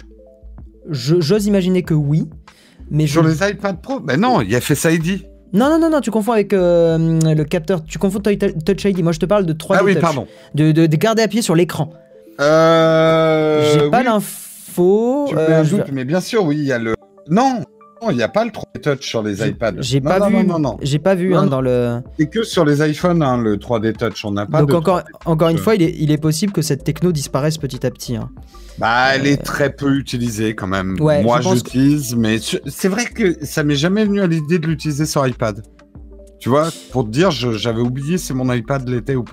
je, J'ose imaginer que oui. Mais sur je... les iPad Pro? Ben non, il y a Face I D. Non, non, non, non, tu confonds avec euh, le capteur. Tu confonds Touch I D. Moi, je te parle de trois D ah, oui, Touch. Pardon. De, de, de garder appuyé sur l'écran. Euh... J'ai pas oui. l'info. Tu me mets un doute, mais bien sûr, oui, il y a le. Non! Non, il n'y a pas le trois D Touch sur les iPads. J'ai pas, non, vu, non, non, non. J'ai pas vu non, hein, non. dans le... C'est que sur les iPhones, hein, le trois D Touch. On n'a pas Donc de encore, encore une fois, il est, il est possible que cette techno disparaisse petit à petit. Hein. Bah, elle euh... est très peu utilisée quand même. Ouais, Moi, je j'utilise, que... mais c'est vrai que ça m'est jamais venu à l'idée de l'utiliser sur iPad. Tu vois, pour te dire, je, j'avais oublié si mon iPad l'était ou pas.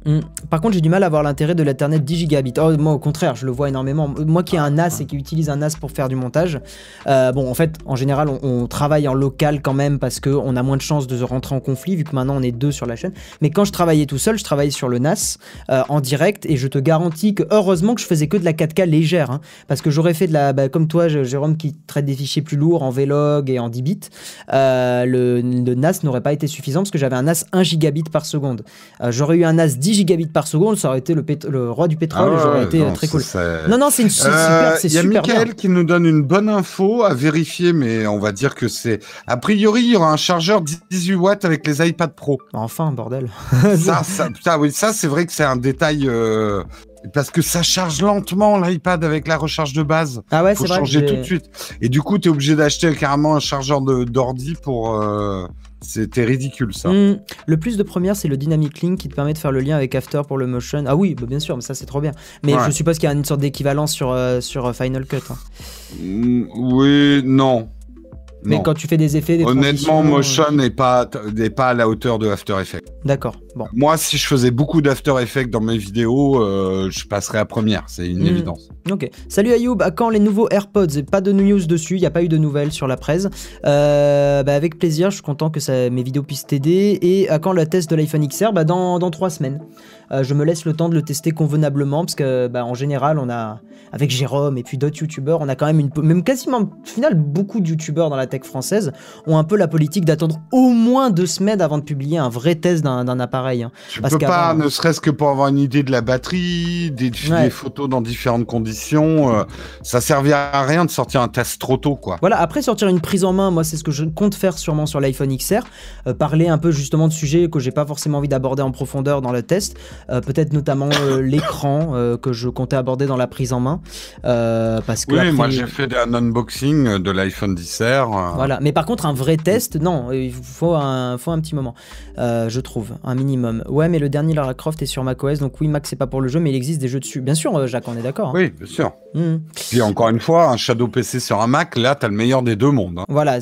Mmh. Par contre, j'ai du mal à voir l'intérêt de l'Ethernet dix gigabits. Oh, moi, au contraire, je le vois énormément. Moi qui ai un N A S et qui utilise un N A S pour faire du montage, euh, bon, en fait, en général, on, on travaille en local quand même parce qu'on a moins de chances de rentrer en conflit vu que maintenant on est deux sur la chaîne. Mais quand je travaillais tout seul, je travaillais sur le N A S euh, en direct et je te garantis que heureusement que je faisais que de la quatre K légère. Hein, parce que j'aurais fait de la. Bah, comme toi, Jérôme, qui traite des fichiers plus lourds en Vlog et en dix bits, euh, le, le N A S n'aurait pas été suffisant parce que j'avais un N A S un gigabit par seconde. Euh, j'aurais eu un N A S dix gigabits par seconde, ça aurait été le, pét- le roi du pétrole, ah ouais, j'aurais été non, très cool. Ça... Non, non, c'est une c'est euh, super, c'est super bien. Il y a Mickaël qui nous donne une bonne info à vérifier, mais on va dire que c'est... A priori, il y aura un chargeur dix-huit watts avec les iPad Pro. Enfin, bordel. ça, ça, ça, oui, ça, c'est vrai que c'est un détail... Euh... Parce que ça charge lentement l'iPad avec la recharge de base. Ah ouais, faut c'est vrai. changer tout de suite. Et du coup, tu es obligé d'acheter carrément un chargeur de, d'ordi pour... Euh... C'était ridicule ça. Mmh. Le plus de première, c'est le Dynamic Link qui te permet de faire le lien avec After pour le motion. Ah oui, bah bien sûr, mais ça c'est trop bien. Mais ouais. Je suppose qu'il y a une sorte d'équivalence sur, euh, sur Final Cut. Hein. Mmh, oui, non. Mais non. Quand tu fais des effets, des honnêtement, Motion n'est pas, n'est pas à la hauteur de After Effects. D'accord. Bon. Moi, si je faisais beaucoup d'After Effects dans mes vidéos, euh, je passerais à Premiere, c'est une mmh. évidence. Ok. Salut Ayoub, à quand les nouveaux AirPods? Pas de news dessus, il n'y a pas eu de nouvelles sur la presse. Euh, bah avec plaisir, je suis content que ça, mes vidéos puissent t'aider. Et à quand le test de l'iPhone X R? Bah dans, dans trois semaines. Euh, je me laisse le temps de le tester convenablement parce que bah, en général, on a, avec Jérôme et puis d'autres youtubeurs, on a quand même une, même quasiment, au final, beaucoup de youtubeurs dans la tech française ont un peu la politique d'attendre au moins deux semaines avant de publier un vrai test d'un, d'un appareil. Hein. Tu parce peux pas, ne serait-ce que pour avoir une idée de la batterie, des, ouais. des photos dans différentes conditions, euh, ça servira à rien de sortir un test trop tôt, quoi. Voilà, après sortir une prise en main, moi c'est ce que je compte faire sûrement sur l'iPhone X R, euh, parler un peu justement de sujets que j'ai pas forcément envie d'aborder en profondeur dans le test, euh, peut-être notamment euh, l'écran euh, que je comptais aborder dans la prise en main, euh, parce que oui, après... moi j'ai fait un unboxing de l'iPhone X R. Euh... Voilà, mais par contre un vrai test, non, il faut un, faut un petit moment, euh, je trouve, un minimum. Ouais, mais le dernier Lara Croft est sur macOS, donc oui, Mac c'est pas pour le jeu, mais il existe des jeux dessus. Bien sûr, Jacques, on est d'accord. Hein. Oui, bien sûr. Mmh. Puis encore une fois, un Shadow P C sur un Mac, là, t'as le meilleur des deux mondes. Hein. Voilà,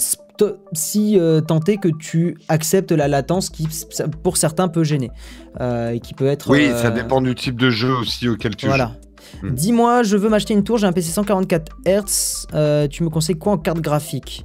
si euh, tant est que tu acceptes la latence qui, pour certains, peut gêner. Euh, et qui peut être... Oui, euh... ça dépend du type de jeu aussi auquel tu voilà. joues. Mmh. Dis-moi, je veux m'acheter une tour, j'ai un P C cent quarante-quatre hertz, euh, tu me conseilles quoi en carte graphique?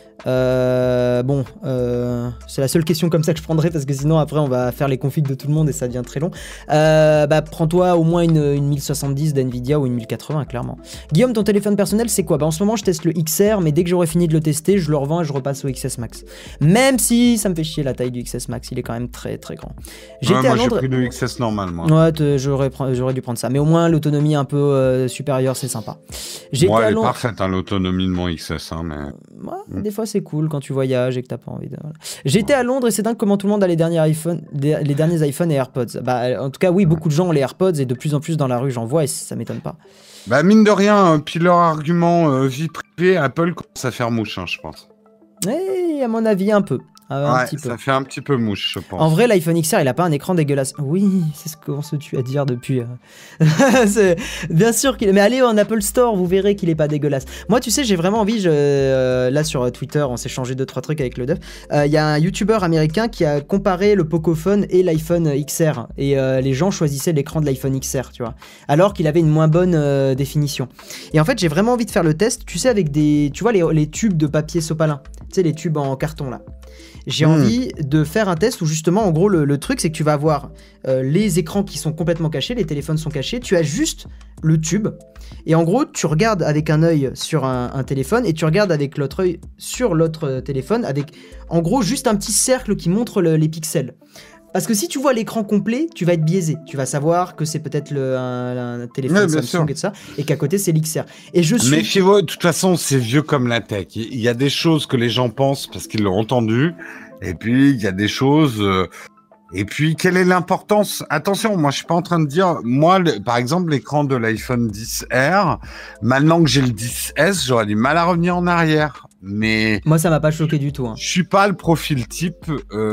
Euh, bon, euh, c'est la seule question comme ça que je prendrai parce que sinon après on va faire les configs de tout le monde et ça devient très long. Euh, bah prends-toi au moins une, une mille soixante-dix d'Nvidia ou une mille quatre-vingts clairement. Guillaume, ton téléphone personnel c'est quoi? Bah en ce moment je teste le X R, mais dès que j'aurai fini de le tester, je le revends et je repasse au X S Max. Même si ça me fait chier la taille du X S Max, il est quand même très très grand. J'étais ouais, moi à Londres... j'ai pris le X S normal moi. Ouais, j'aurais, j'aurais dû prendre ça, mais au moins l'autonomie un peu euh, supérieure, c'est sympa. J'étais moi elle est Londres... parfaite hein, l'autonomie de mon X S hein, mais... Ouais, mmh. Des fois c'est cool quand tu voyages et que t'as pas envie de... Voilà. J'étais à Londres et c'est dingue comment tout le monde a les derniers iPhones, les derniers iPhones et AirPods. Bah, en tout cas, oui, beaucoup de gens ont les AirPods et de plus en plus dans la rue, j'en vois et ça m'étonne pas. Bah, mine de rien, puis leur argument euh, vie privée, Apple commence à faire mouche, hein, je pense. Et à mon avis, un peu. Un ouais, petit peu. Ça fait un petit peu mouche, je pense. En vrai, l'iPhone X R, il a pas un écran dégueulasse. Oui, c'est ce qu'on se tue à dire depuis. Euh... c'est... Bien sûr qu'il. Mais allez en Apple Store, vous verrez qu'il est pas dégueulasse. Moi, tu sais, j'ai vraiment envie. Je... Euh, là sur Twitter, on s'est changé deux trois trucs avec le dev. Il euh, y a un YouTuber américain qui a comparé le Pocophone et l'iPhone X R et euh, les gens choisissaient l'écran de l'iPhone X R, tu vois, alors qu'il avait une moins bonne euh, définition. Et en fait, j'ai vraiment envie de faire le test. Tu sais, avec des, tu vois, les, les tubes de papier sopalin. Tu sais, les tubes en carton là. J'ai mmh. envie de faire un test où justement, en gros, le, le truc, c'est que tu vas avoir euh, les écrans qui sont complètement cachés, les téléphones sont cachés, tu as juste le tube. Et en gros, tu regardes avec un œil sur un, un téléphone et tu regardes avec l'autre œil sur l'autre téléphone avec, en gros, juste un petit cercle qui montre le, les pixels. Parce que si tu vois l'écran complet, tu vas être biaisé. Tu vas savoir que c'est peut-être le, un, un téléphone ouais, Samsung sûr. Et tout ça, et qu'à côté, c'est l'X R. Et je suis... Méfiez-vous, de toute façon, c'est vieux comme la tech. Il y a des choses que les gens pensent parce qu'ils l'ont entendu, et puis il y a des choses... Euh... Et puis, quelle est l'importance? Attention, moi, je suis pas en train de dire... Moi, le... par exemple, l'écran de l'iPhone X R, maintenant que j'ai le X S, j'aurais du mal à revenir en arrière. Mais moi, ça m'a pas choqué du tout. Hein. Je suis pas le profil type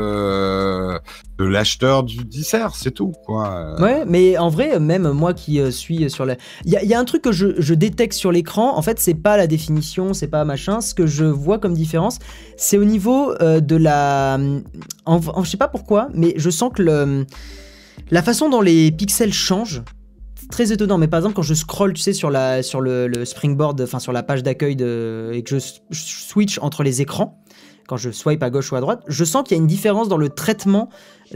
euh, de l'acheteur du X R, c'est tout, quoi. Ouais, mais en vrai, même moi qui euh, suis sur la, il y, y a un truc que je, je détecte sur l'écran. En fait, c'est pas la définition, c'est pas machin. Ce que je vois comme différence, c'est au niveau euh, de la, en, en, je sais pas pourquoi, mais je sens que le La façon dont les pixels changent, c'est très étonnant. Mais par exemple, quand je scroll, tu sais, sur, la, sur le, le Springboard, enfin sur la page d'accueil de, et que je, je switch entre les écrans, quand je swipe à gauche ou à droite, je sens qu'il y a une différence dans le traitement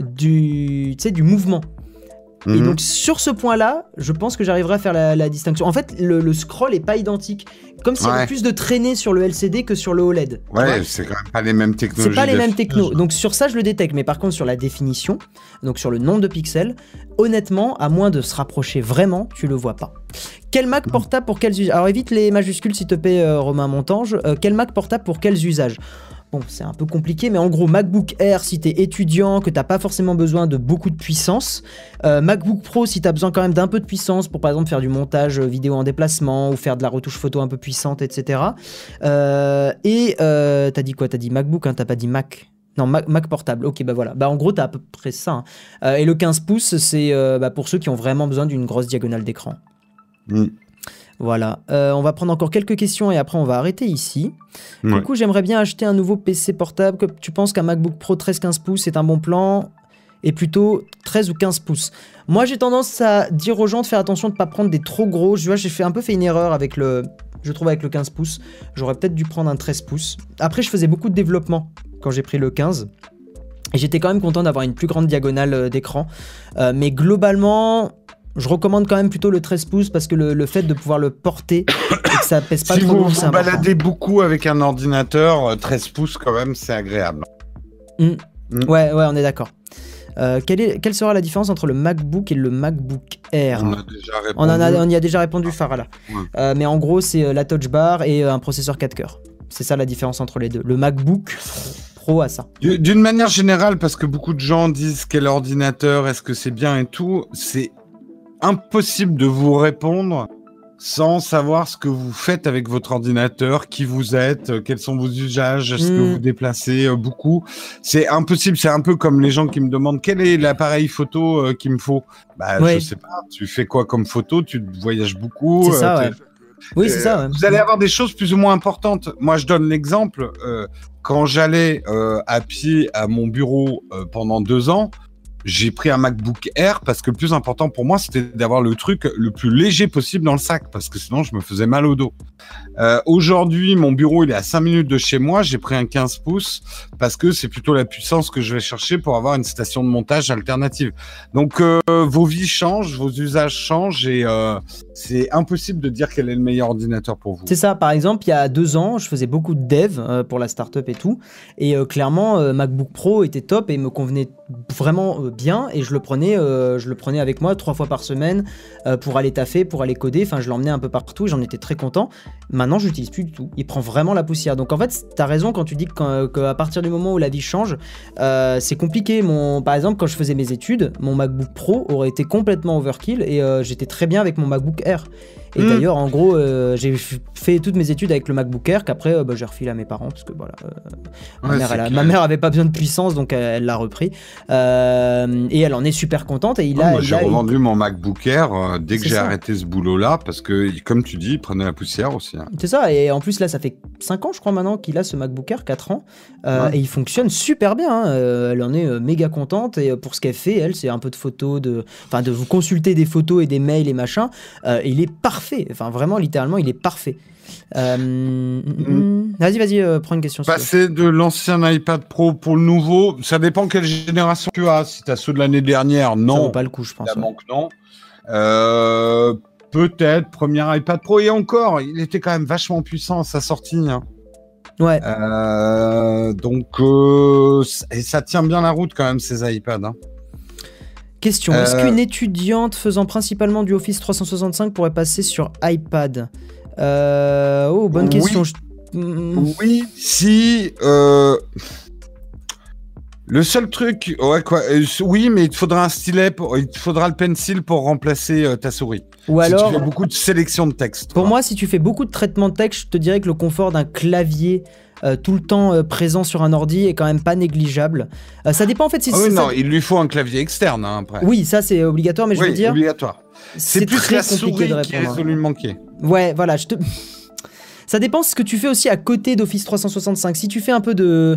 du, tu sais, du mouvement. Mmh. Et donc sur ce point-là, je pense que j'arriverai à faire la, la distinction. En fait, le, le scroll est pas identique, comme s'il y avait plus de traînées sur le L C D que sur le O L E D. Ouais, c'est quand même pas les mêmes technologies. C'est pas les mêmes technos. Donc sur ça, je le détecte. Mais par contre, sur la définition, donc sur le nombre de pixels, honnêtement, à moins de se rapprocher vraiment, tu le vois pas. Quel Mac portable pour quels usages? Alors évite les majuscules s'il te plaît, euh, Romain Montange. Euh, quel Mac portable pour quels usages? Bon, c'est un peu compliqué, mais en gros, MacBook Air si t'es étudiant, que t'as pas forcément besoin de beaucoup de puissance. Euh, MacBook Pro si t'as besoin quand même d'un peu de puissance pour par exemple faire du montage vidéo en déplacement ou faire de la retouche photo un peu puissante, et cetera. Euh, et euh, t'as dit quoi? T'as dit MacBook, hein, t'as pas dit Mac. Non, Mac, Mac portable, ok, bah voilà. Bah en gros, t'as à peu près ça. Hein. Euh, et le quinze pouces, c'est euh, bah, pour ceux qui ont vraiment besoin d'une grosse diagonale d'écran. Mm. Voilà, euh, on va prendre encore quelques questions et après on va arrêter ici. Ouais. Du coup, j'aimerais bien acheter un nouveau P C portable. Que tu penses qu'un MacBook Pro treize quinze pouces est un bon plan? Et plutôt treize ou quinze pouces. Moi, j'ai tendance à dire aux gens de faire attention de ne pas prendre des trop gros. Je vois, j'ai fait un peu fait une erreur avec le, je trouve avec le quinze pouces. J'aurais peut-être dû prendre un treize pouces. Après, je faisais beaucoup de développement quand j'ai pris le quinze. Et j'étais quand même content d'avoir une plus grande diagonale d'écran. Euh, mais globalement... Je recommande quand même plutôt le treize pouces parce que le, le fait de pouvoir le porter et que ça pèse pas si trop lourd, c'est important. Si vous vous baladez beaucoup avec un ordinateur, treize pouces quand même, c'est agréable. Mmh. Mmh. Ouais, ouais, on est d'accord. Euh, quelle, est, quelle sera la différence entre le MacBook et le MacBook Air? On a déjà répondu. On, en a, on y a déjà répondu, Farala. Ouais. Euh, mais en gros, c'est la touch bar et un processeur quatre cœurs. C'est ça la différence entre les deux. Le MacBook Pro a ça. D'une manière générale, parce que beaucoup de gens disent quel ordinateur, est-ce que c'est bien et tout, c'est impossible de vous répondre sans savoir ce que vous faites avec votre ordinateur, qui vous êtes, quels sont vos usages, est-ce mmh. que vous déplacez euh, beaucoup. C'est impossible, c'est un peu comme les gens qui me demandent quel est l'appareil photo euh, qu'il me faut. Bah, ouais. Je sais pas, tu fais quoi comme photo, tu voyages beaucoup. C'est ça, euh, ouais. Oui, c'est euh, ça. Ouais. Vous allez avoir des choses plus ou moins importantes. Moi, je donne l'exemple. Euh, quand j'allais euh, à pied à mon bureau euh, pendant deux ans, j'ai pris un MacBook Air parce que le plus important pour moi, c'était d'avoir le truc le plus léger possible dans le sac parce que sinon, je me faisais mal au dos. Euh, aujourd'hui, mon bureau, il est à cinq minutes de chez moi. J'ai pris un quinze pouces parce que c'est plutôt la puissance que je vais chercher pour avoir une station de montage alternative. Donc, euh, vos vies changent, vos usages changent et euh, c'est impossible de dire quel est le meilleur ordinateur pour vous. C'est ça. Par exemple, il y a deux ans, je faisais beaucoup de dev euh, pour la startup et tout. Et euh, clairement, euh, MacBook Pro était top et me convenait vraiment euh, bien. Et je le prenais, euh, je le prenais avec moi trois fois par semaine euh, pour aller taffer, pour aller coder. Enfin, je l'emmenais un peu partout et j'en étais très content. Maintenant, je l'utilise plus du tout. Il prend vraiment la poussière. Donc, en fait, tu as raison quand tu dis qu'à partir du moment où la vie change, euh, c'est compliqué. Mon, par exemple, quand je faisais mes études, mon MacBook Pro aurait été complètement overkill et euh, j'étais très bien avec mon MacBook Air. Et mmh. d'ailleurs, en gros, euh, j'ai fait toutes mes études avec le MacBook Air qu'après, euh, bah, j'ai refilé à mes parents parce que voilà, euh, ouais, ma, mère, elle a, ma mère avait pas besoin de puissance, donc elle, elle l'a repris. Euh, et elle en est super contente. Et il oh, a, moi, il j'ai a, revendu il... mon MacBook Air euh, dès que j'ai ça. arrêté ce boulot-là parce que, comme tu dis, il prenait la poussière aussi. Hein. C'est ça. Et en plus, là, ça fait cinq ans, je crois, maintenant qu'il a ce MacBook Air, quatre ans. Euh, ouais. Et il fonctionne super bien. Hein. Euh, elle en est euh, méga contente. Et pour ce qu'elle fait, elle, c'est un peu de photos, de, enfin, de vous consulter des photos et des mails et machin. Euh, et il est parfait. Enfin, vraiment, littéralement, il est parfait. Euh, mm. Vas-y, vas-y, euh, prends une question. Passer de l'ancien iPad Pro pour le nouveau, ça dépend quelle génération tu as. Si tu as ceux de l'année dernière, non. Ça vaut pas le coup, je pense. Évidemment que non. Euh, peut-être, premier iPad Pro. Et encore, il était quand même vachement puissant à sa sortie. Hein. Ouais. Euh, donc, euh, et ça tient bien la route quand même, ces iPads. Hein. Question, euh... est-ce qu'une étudiante faisant principalement du Office trois cent soixante-cinq pourrait passer sur iPad? euh... Oh, bonne question. Oui, Je... oui si... Euh... Le seul truc... Ouais, quoi, euh, oui, mais il te faudra un stylet, pour... il te faudra le pencil pour remplacer euh, ta souris. Ou si alors... tu fais beaucoup de sélection de texte. Pour moi, si tu fais beaucoup de traitement de texte, je te dirais que le confort d'un clavier... Euh, tout le temps euh, présent sur un ordi est quand même pas négligeable. Euh, ça dépend en fait si ah oui, c'est non, ça... il lui faut un clavier externe hein, après. Oui, ça c'est obligatoire, mais je oui, veux dire. Obligatoire. C'est, c'est plus très la compliqué souris de répondre. qui risque de lui manquer. Ouais, voilà, je te. Ça dépend ce que tu fais aussi à côté d'Office trois cent soixante-cinq. Si tu fais un peu de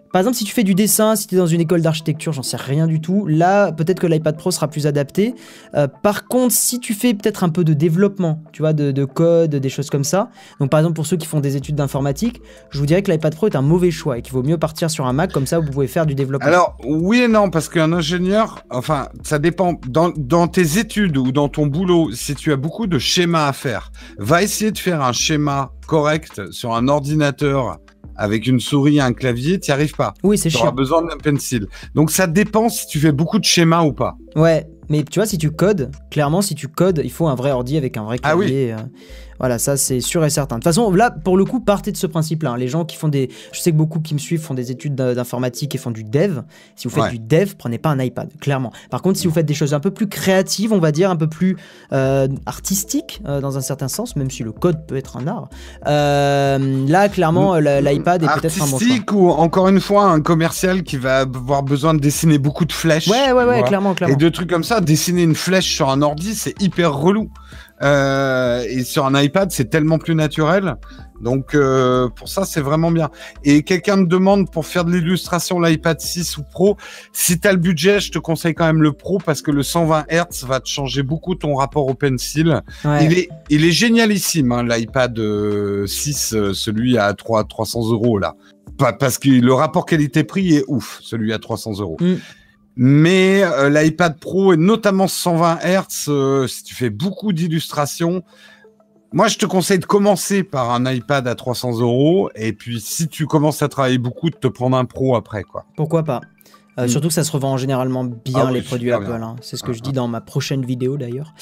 Par exemple, si tu fais du dessin, si tu es dans une école d'architecture, j'en sais rien du tout, là, peut-être que l'iPad Pro sera plus adapté. Euh, par contre, si tu fais peut-être un peu de développement, tu vois, de, de code, des choses comme ça, donc par exemple pour ceux qui font des études d'informatique, je vous dirais que l'iPad Pro est un mauvais choix et qu'il vaut mieux partir sur un Mac, comme ça vous pouvez faire du développement. Alors, oui et non, parce qu'un ingénieur, enfin, ça dépend. Dans, dans tes études ou dans ton boulot, si tu as beaucoup de schémas à faire, va essayer de faire un schéma correct sur un ordinateur avec une souris et un clavier, tu n'y arrives pas. Oui, c'est chiant. Tu auras besoin d'un pencil. Donc ça dépend si tu fais beaucoup de schémas ou pas. Ouais, mais tu vois, si tu codes, clairement, si tu codes, il faut un vrai ordi avec un vrai clavier. Ah oui. euh, voilà, ça c'est sûr et certain. De toute façon, là, pour le coup, partez de ce principe-là. Hein. Les gens qui font des... Je sais que beaucoup qui me suivent font des études d'informatique et font du dev. Si vous faites ouais. du dev, prenez pas un iPad, clairement. Par contre, si vous faites des choses un peu plus créatives, on va dire, un peu plus euh, artistiques, euh, dans un certain sens, même si le code peut être un art, euh, là, clairement, l'iPad est peut-être un bon choix. Artistique ou, encore une fois, un commercial qui va avoir besoin de dessiner beaucoup de flèches. Ouais, ouais, ouais, clairement, clairement. Et de trucs comme ça, dessiner une flèche sur un ordi, c'est hyper relou. Euh, et sur un iPad, c'est tellement plus naturel. Donc, euh, pour ça, c'est vraiment bien. Et quelqu'un me demande pour faire de l'illustration l'iPad six ou Pro. Si tu as le budget, je te conseille quand même le Pro parce que le cent vingt hertz va te changer beaucoup ton rapport au pencil. Ouais. Il est, il est génialissime, hein, l'iPad euh, six, euh, celui à trois cents euros là. Pas, parce que le rapport qualité-prix est ouf, celui à trois cents euros. Mm. Mais euh, l'iPad Pro, et notamment cent vingt hertz, euh, si tu fais beaucoup d'illustrations, moi je te conseille de commencer par un iPad à trois cents euros, et puis si tu commences à travailler beaucoup, de te prendre un Pro après, quoi. Pourquoi pas euh, mm. Surtout que ça se revend généralement bien, ah, les oui, produits Apple. Hein. C'est ce que ah, je dis dans ma prochaine vidéo d'ailleurs.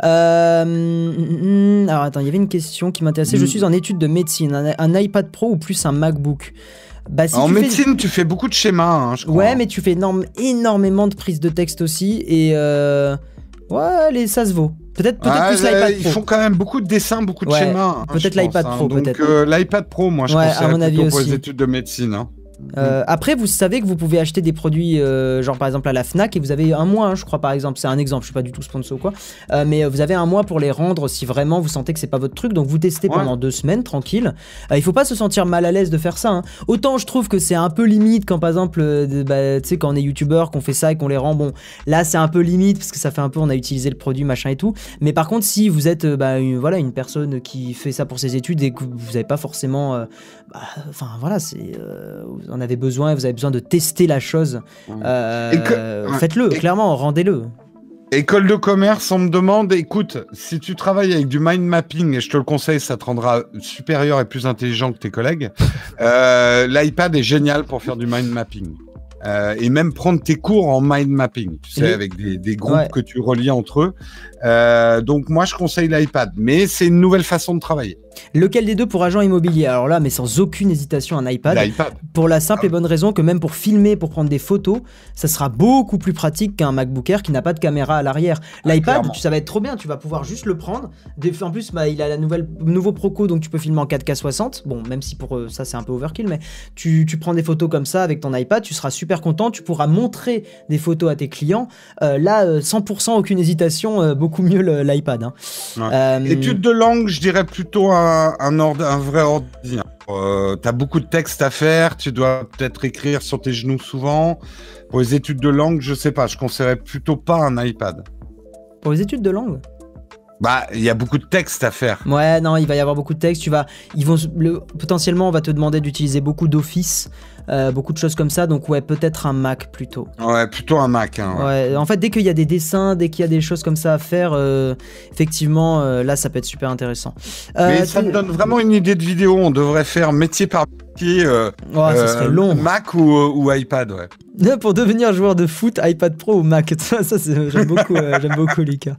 Euh, alors attends, il y avait une question qui m'intéressait. Mm. Je suis en études de médecine. Un, un iPad Pro ou plus un MacBook? Bah, si en tu médecine, fais... tu fais beaucoup de schémas, hein, je crois. Ouais, mais tu fais énorme, énormément de prises de texte aussi, et euh... ouais, les, ça se vaut. Peut-être peut ah, plus l'iPad Pro. Ils font quand même beaucoup de dessins, beaucoup de ouais, schémas. Peut-être hein, l'iPad Pro, hein. peut-être. Donc euh, l'iPad Pro, moi, je ouais, conseille plutôt avis pour aussi. les études de médecine. Hein. Euh, après, vous savez que vous pouvez acheter des produits, euh, genre par exemple à la Fnac, et vous avez un mois, hein, je crois par exemple, c'est un exemple, je suis pas du tout sponsor ou quoi, euh, mais vous avez un mois pour les rendre si vraiment vous sentez que c'est pas votre truc, donc vous testez ouais. pendant deux semaines, tranquille. Euh, il faut pas se sentir mal à l'aise de faire ça. Hein. Autant je trouve que c'est un peu limite quand par exemple, euh, bah, tu sais, quand on est youtubeur, qu'on fait ça et qu'on les rend, bon, là c'est un peu limite parce que ça fait un peu, on a utilisé le produit, machin et tout. Mais par contre, si vous êtes, bah, une, voilà, une personne qui fait ça pour ses études et que vous avez pas forcément, euh, bah, enfin voilà, c'est, euh, vous en avez besoin, vous avez besoin de tester la chose, euh, que, faites-le, clairement, rendez-le. École de commerce, on me demande, écoute, si tu travailles avec du mind mapping, et je te le conseille, ça te rendra supérieur et plus intelligent que tes collègues, euh, l'iPad est génial pour faire du mind mapping. Euh, et même prendre tes cours en mind mapping, tu sais, oui. avec des, des groupes ouais. que tu relis entre eux. Euh, donc moi, je conseille l'iPad, mais c'est une nouvelle façon de travailler. Lequel des deux pour agent immobilier? Alors là, mais sans aucune hésitation, un iPad. L'iPad. Pour la simple et bonne raison que même pour filmer, pour prendre des photos, ça sera beaucoup plus pratique qu'un MacBook Air qui n'a pas de caméra à l'arrière. L'iPad, ah, ça va être trop bien, tu vas pouvoir juste le prendre. En plus, bah, il a la nouvelle nouveau Proco, donc tu peux filmer en quatre K soixante. Bon, même si pour euh, ça, c'est un peu overkill, mais tu, tu prends des photos comme ça avec ton iPad, tu seras super content, tu pourras montrer des photos à tes clients. Euh, là, euh, cent pour cent, aucune hésitation, euh, beaucoup mieux l'iPad. Hein. Ouais. Euh, Études de langue, je dirais plutôt un, un, ordi, un vrai ordi. Euh, tu as beaucoup de textes à faire, tu dois peut-être écrire sur tes genoux souvent. Pour les études de langue, je sais pas, je conseillerais plutôt pas un iPad. Pour les études de langue? Bah, il y a beaucoup de textes à faire. Ouais, non, il va y avoir beaucoup de textes. Tu vas, ils vont, le, potentiellement, on va te demander d'utiliser beaucoup d'Office, euh, beaucoup de choses comme ça. Donc, ouais, peut-être un Mac plutôt. Ouais, plutôt un Mac. Hein, ouais. Ouais, en fait, dès qu'il y a des dessins, dès qu'il y a des choses comme ça à faire, euh, effectivement, euh, là, ça peut être super intéressant. Euh, Mais ça me donne vraiment une idée de vidéo. On devrait faire métier par métier. Euh, ouais, ça serait long. Mac ou, ou iPad, ouais. Pour devenir joueur de foot, iPad Pro ou Mac. Ça, ça j'aime beaucoup, euh, j'aime beaucoup, Lucas.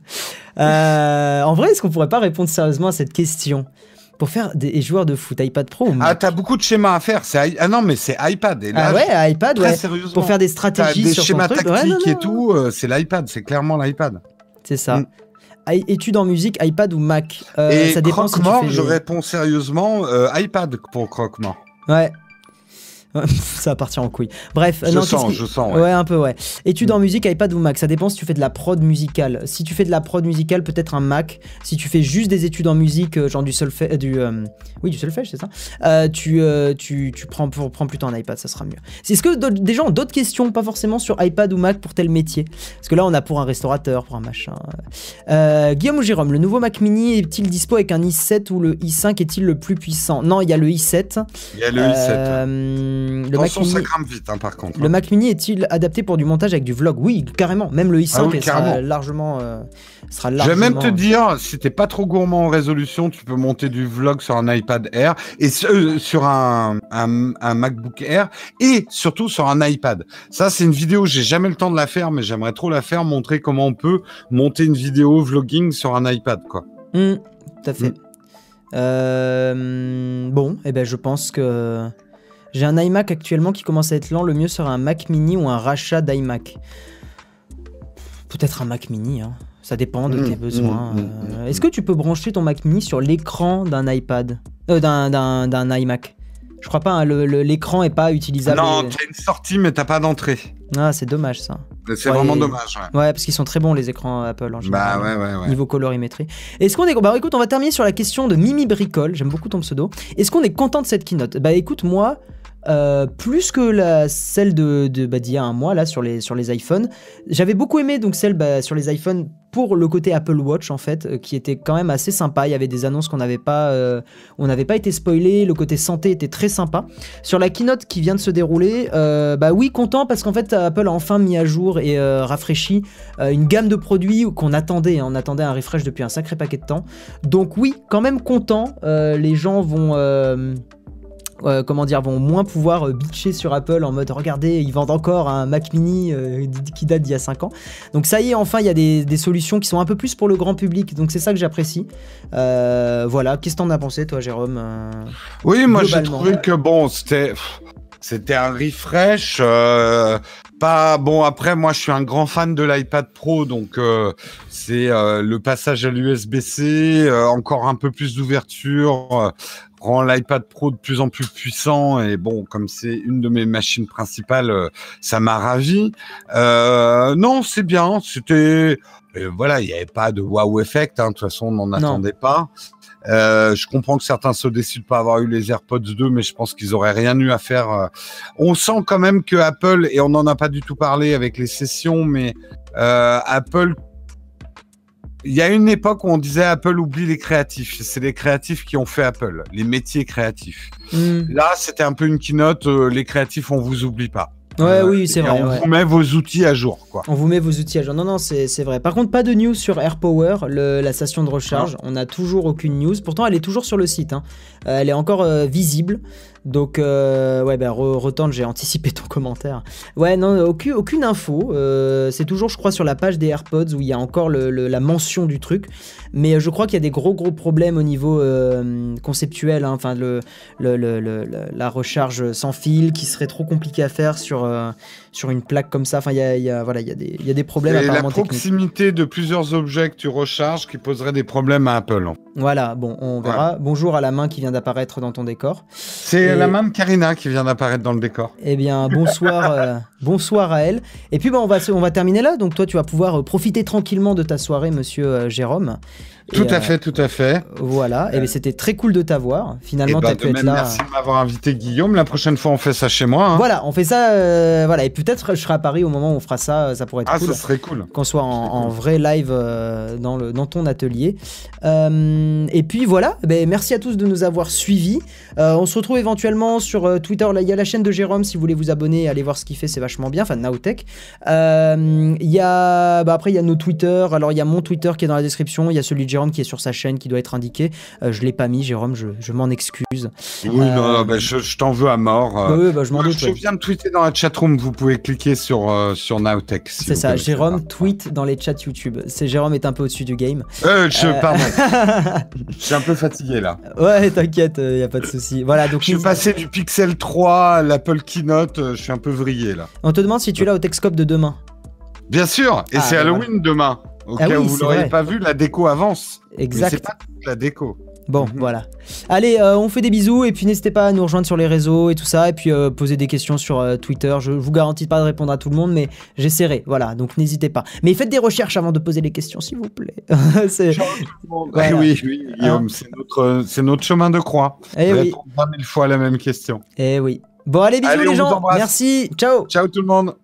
Euh, en vrai, est-ce qu'on pourrait pas répondre sérieusement à cette question? Pour faire des joueurs de foot, iPad Pro ou Mac? Ah, t'as beaucoup de schémas à faire. C'est ah non, mais c'est iPad. Et là, ah ouais, iPad, ouais. Sérieusement, pour faire des stratégies des sur schémas ton truc. tactiques ouais, non, non. et tout, euh, c'est l'iPad. C'est clairement l'iPad. C'est ça. Mm. Études en musique, iPad ou Mac? euh, Et ça dépend croque-mort, si tu fais je les... réponds sérieusement, euh, iPad pour croque-mort. Ouais. Ça va partir en couille. Bref, je non, sens, qui... je sens. Ouais. ouais, un peu, ouais. Études en musique, iPad ou Mac, ça dépend si tu fais de la prod musicale. Si tu fais de la prod musicale, peut-être un Mac. Si tu fais juste des études en musique, euh, genre du solfège, du, euh... oui, du solfège, c'est ça. Euh, tu, euh, tu, tu prends, prends plutôt un iPad, ça sera mieux. Est-ce que des gens ont d'autres questions, pas forcément sur iPad ou Mac pour tel métier? Parce que là, on a pour un restaurateur, pour un machin. Euh, Guillaume ou Jérôme, le nouveau Mac Mini est-il dispo avec un i sept ou le i cinq est-il le plus puissant? Non, il y a le i sept. Il y a le i sept. Euh, le Mac Mini, ça grimpe vite, hein, par contre. Le hein. Mac Mini est-il adapté pour du montage avec du vlog? Oui, carrément. Même le i cinq ah oui, sera largement, euh, sera largement... Je vais même te dire, si t'es pas trop gourmand en résolution, tu peux monter du vlog sur un iPad Air et euh, sur un, un, un MacBook Air et surtout sur un iPad. Ça, c'est une vidéo, j'ai jamais le temps de la faire, mais j'aimerais trop la faire, montrer comment on peut monter une vidéo vlogging sur un iPad, quoi. Mmh, tout à fait. Mmh. Euh, bon, eh ben, je pense que j'ai un iMac actuellement qui commence à être lent. Le mieux serait un Mac Mini ou un rachat d'iMac. Peut-être un Mac Mini, hein. Ça dépend de mmh, tes besoins. Mmh, euh, mmh, Est-ce que tu peux brancher ton Mac Mini sur l'écran d'un iPad, euh, d'un, d'un, d'un iMac? Je crois pas, hein, le, le, l'écran est pas utilisable. Non, t'as une sortie, mais t'as pas d'entrée. Ah, c'est dommage ça. C'est ouais, vraiment et... dommage. Ouais. ouais, parce qu'ils sont très bons les écrans Apple en général. Bah ouais, ouais, ouais. Niveau colorimétrie. Est-ce qu'on est. Bah écoute, on va terminer sur la question de Mimi Bricole. J'aime beaucoup ton pseudo. Est-ce qu'on est content de cette keynote? Bah écoute, moi. Euh, plus que la, celle de, de bah, d'il y a un mois là sur les, sur les iPhones. J'avais beaucoup aimé donc celle bah, sur les iPhones pour le côté Apple Watch en fait, euh, qui était quand même assez sympa. Il y avait des annonces qu'on n'avait pas, euh, on n'avait pas été spoilé. Le côté santé était très sympa. Sur la keynote qui vient de se dérouler, euh, bah oui content parce qu'en fait Apple a enfin mis à jour et euh, rafraîchi euh, une gamme de produits qu'on attendait. Hein, on attendait un refresh depuis un sacré paquet de temps. Donc oui, quand même content. Euh, les gens vont euh, Euh, comment dire, vont moins pouvoir euh, bitcher sur Apple en mode regardez, ils vendent encore un Mac Mini euh, qui date d'il y a cinq ans. Donc ça y est, enfin il y a des, des solutions qui sont un peu plus pour le grand public, donc c'est ça que j'apprécie. Euh, voilà, qu'est-ce que t'en as pensé toi Jérôme? euh, Oui, moi j'ai trouvé que bon, c'était c'était un refresh. Euh, pas bon. Après, moi je suis un grand fan de l'iPad Pro, donc euh, c'est euh, le passage à l'U S B-C, euh, encore un peu plus d'ouverture. Euh, rend l'iPad Pro de plus en plus puissant et bon, comme c'est une de mes machines principales, euh, ça m'a ravi. Euh, non, c'est bien, c'était... Euh, voilà, il n'y avait pas de wow effect, hein, de toute façon, on n'en attendait pas. Euh, je comprends que certains se décident de pas avoir eu les AirPods deux, mais je pense qu'ils auraient rien eu à faire. On sent quand même que Apple, et on n'en a pas du tout parlé avec les sessions, mais euh, Apple... Il y a une époque où on disait Apple oublie les créatifs. C'est les créatifs qui ont fait Apple, les métiers créatifs. Mmh. Là, c'était un peu une keynote, euh, les créatifs, on vous oublie pas. Ouais, euh, oui, c'est vrai. On ouais. vous met vos outils à jour, quoi. On vous met vos outils à jour. Non, non, c'est, c'est vrai. Par contre, pas de news sur AirPower, le, la station de recharge. Ah. On n'a toujours aucune news. Pourtant, elle est toujours sur le site. Hein. Euh, elle est encore euh, visible. Donc, euh, ouais, bah, re- retente, j'ai anticipé ton commentaire. Ouais, non, aucune, aucune info. Euh, c'est toujours, je crois, sur la page des AirPods où il y a encore le, le, la mention du truc. Mais je crois qu'il y a des gros, gros problèmes au niveau euh, conceptuel. Hein. Enfin, le, le, le, le, la recharge sans fil qui serait trop compliqué à faire sur, euh, sur une plaque comme ça. Enfin, il y a, y a, voilà, y a des, y a des problèmes et apparemment techniques. La proximité techniques. de plusieurs objets que tu recharges qui poserait des problèmes à Apple. Hein. Voilà, bon, on verra. Ouais. Bonjour à la main qui vient d'apparaître dans ton décor. C'est et... la main de Karina qui vient d'apparaître dans le décor. Eh bien, bonsoir, euh, bonsoir à elle. Et puis, bah, on, va, on va terminer là. Donc, toi, tu vas pouvoir euh, profiter tranquillement de ta soirée, monsieur euh, Jérôme. Tout et, à fait, euh, tout à fait. Voilà, et euh... bien, c'était très cool de t'avoir. Finalement, tu as pu être là. Merci de m'avoir invité, Guillaume. La prochaine fois, on fait ça chez moi. Hein. Voilà, on fait ça. Euh, voilà, et peut-être je serai à Paris au moment où on fera ça. Ça pourrait être ah, cool. Ah, ça serait cool. Qu'on soit en, en cool. vrai live euh, dans, le, dans ton atelier. Euh, et puis voilà, ben, merci à tous de nous avoir suivis. Euh, on se retrouve éventuellement sur euh, Twitter. Là, il y a la chaîne de Jérôme. Si vous voulez vous abonner, allez voir ce qu'il fait, c'est vachement bien. Enfin, Nowtech. Euh, il y a, bah, après, il y a nos Twitter. Alors, il y a mon Twitter qui est dans la description. Il y a celui de Jérôme qui est sur sa chaîne, qui doit être indiqué. Euh, je l'ai pas mis, Jérôme. Je, je m'en excuse. Oui, euh, non, bah, je, je t'en veux à mort. Bah, oui, bah, je m'en doute. Je ouais. viens de tweeter dans la chatroom. Vous pouvez cliquer sur euh, sur Nowtech. Si c'est ça. Jérôme pas. tweet dans les chats YouTube. C'est Jérôme est un peu au-dessus du game. Euh, je, euh... pardon. Je suis un peu fatigué là. Ouais, t'inquiète, il euh, y a pas de souci. Voilà, donc je suis passé du Pixel trois à l'Apple Keynote. Euh, je suis un peu vrillé là. On te demande si tu es là au Techscope de demain. Bien sûr, et ah, c'est Halloween voilà. demain. Au ah cas oui, où vous l'auriez pas vu, la déco avance. Exact. Mais c'est pas toute la déco. Bon, mmh. voilà. Allez, euh, on fait des bisous et puis n'hésitez pas à nous rejoindre sur les réseaux et tout ça et puis euh, poser des questions sur euh, Twitter. Je vous garantis pas de répondre à tout le monde, mais j'essaierai. Voilà, donc n'hésitez pas. Mais faites des recherches avant de poser les questions, s'il vous plaît. c'est... Voilà. Oui, oui, Guillaume, hein c'est, notre, c'est notre chemin de croix. Eh oui. Répondre vingt mille fois la même question. Eh oui. Bon, allez, bisous allez, les gens. Merci. Ciao. Ciao tout le monde.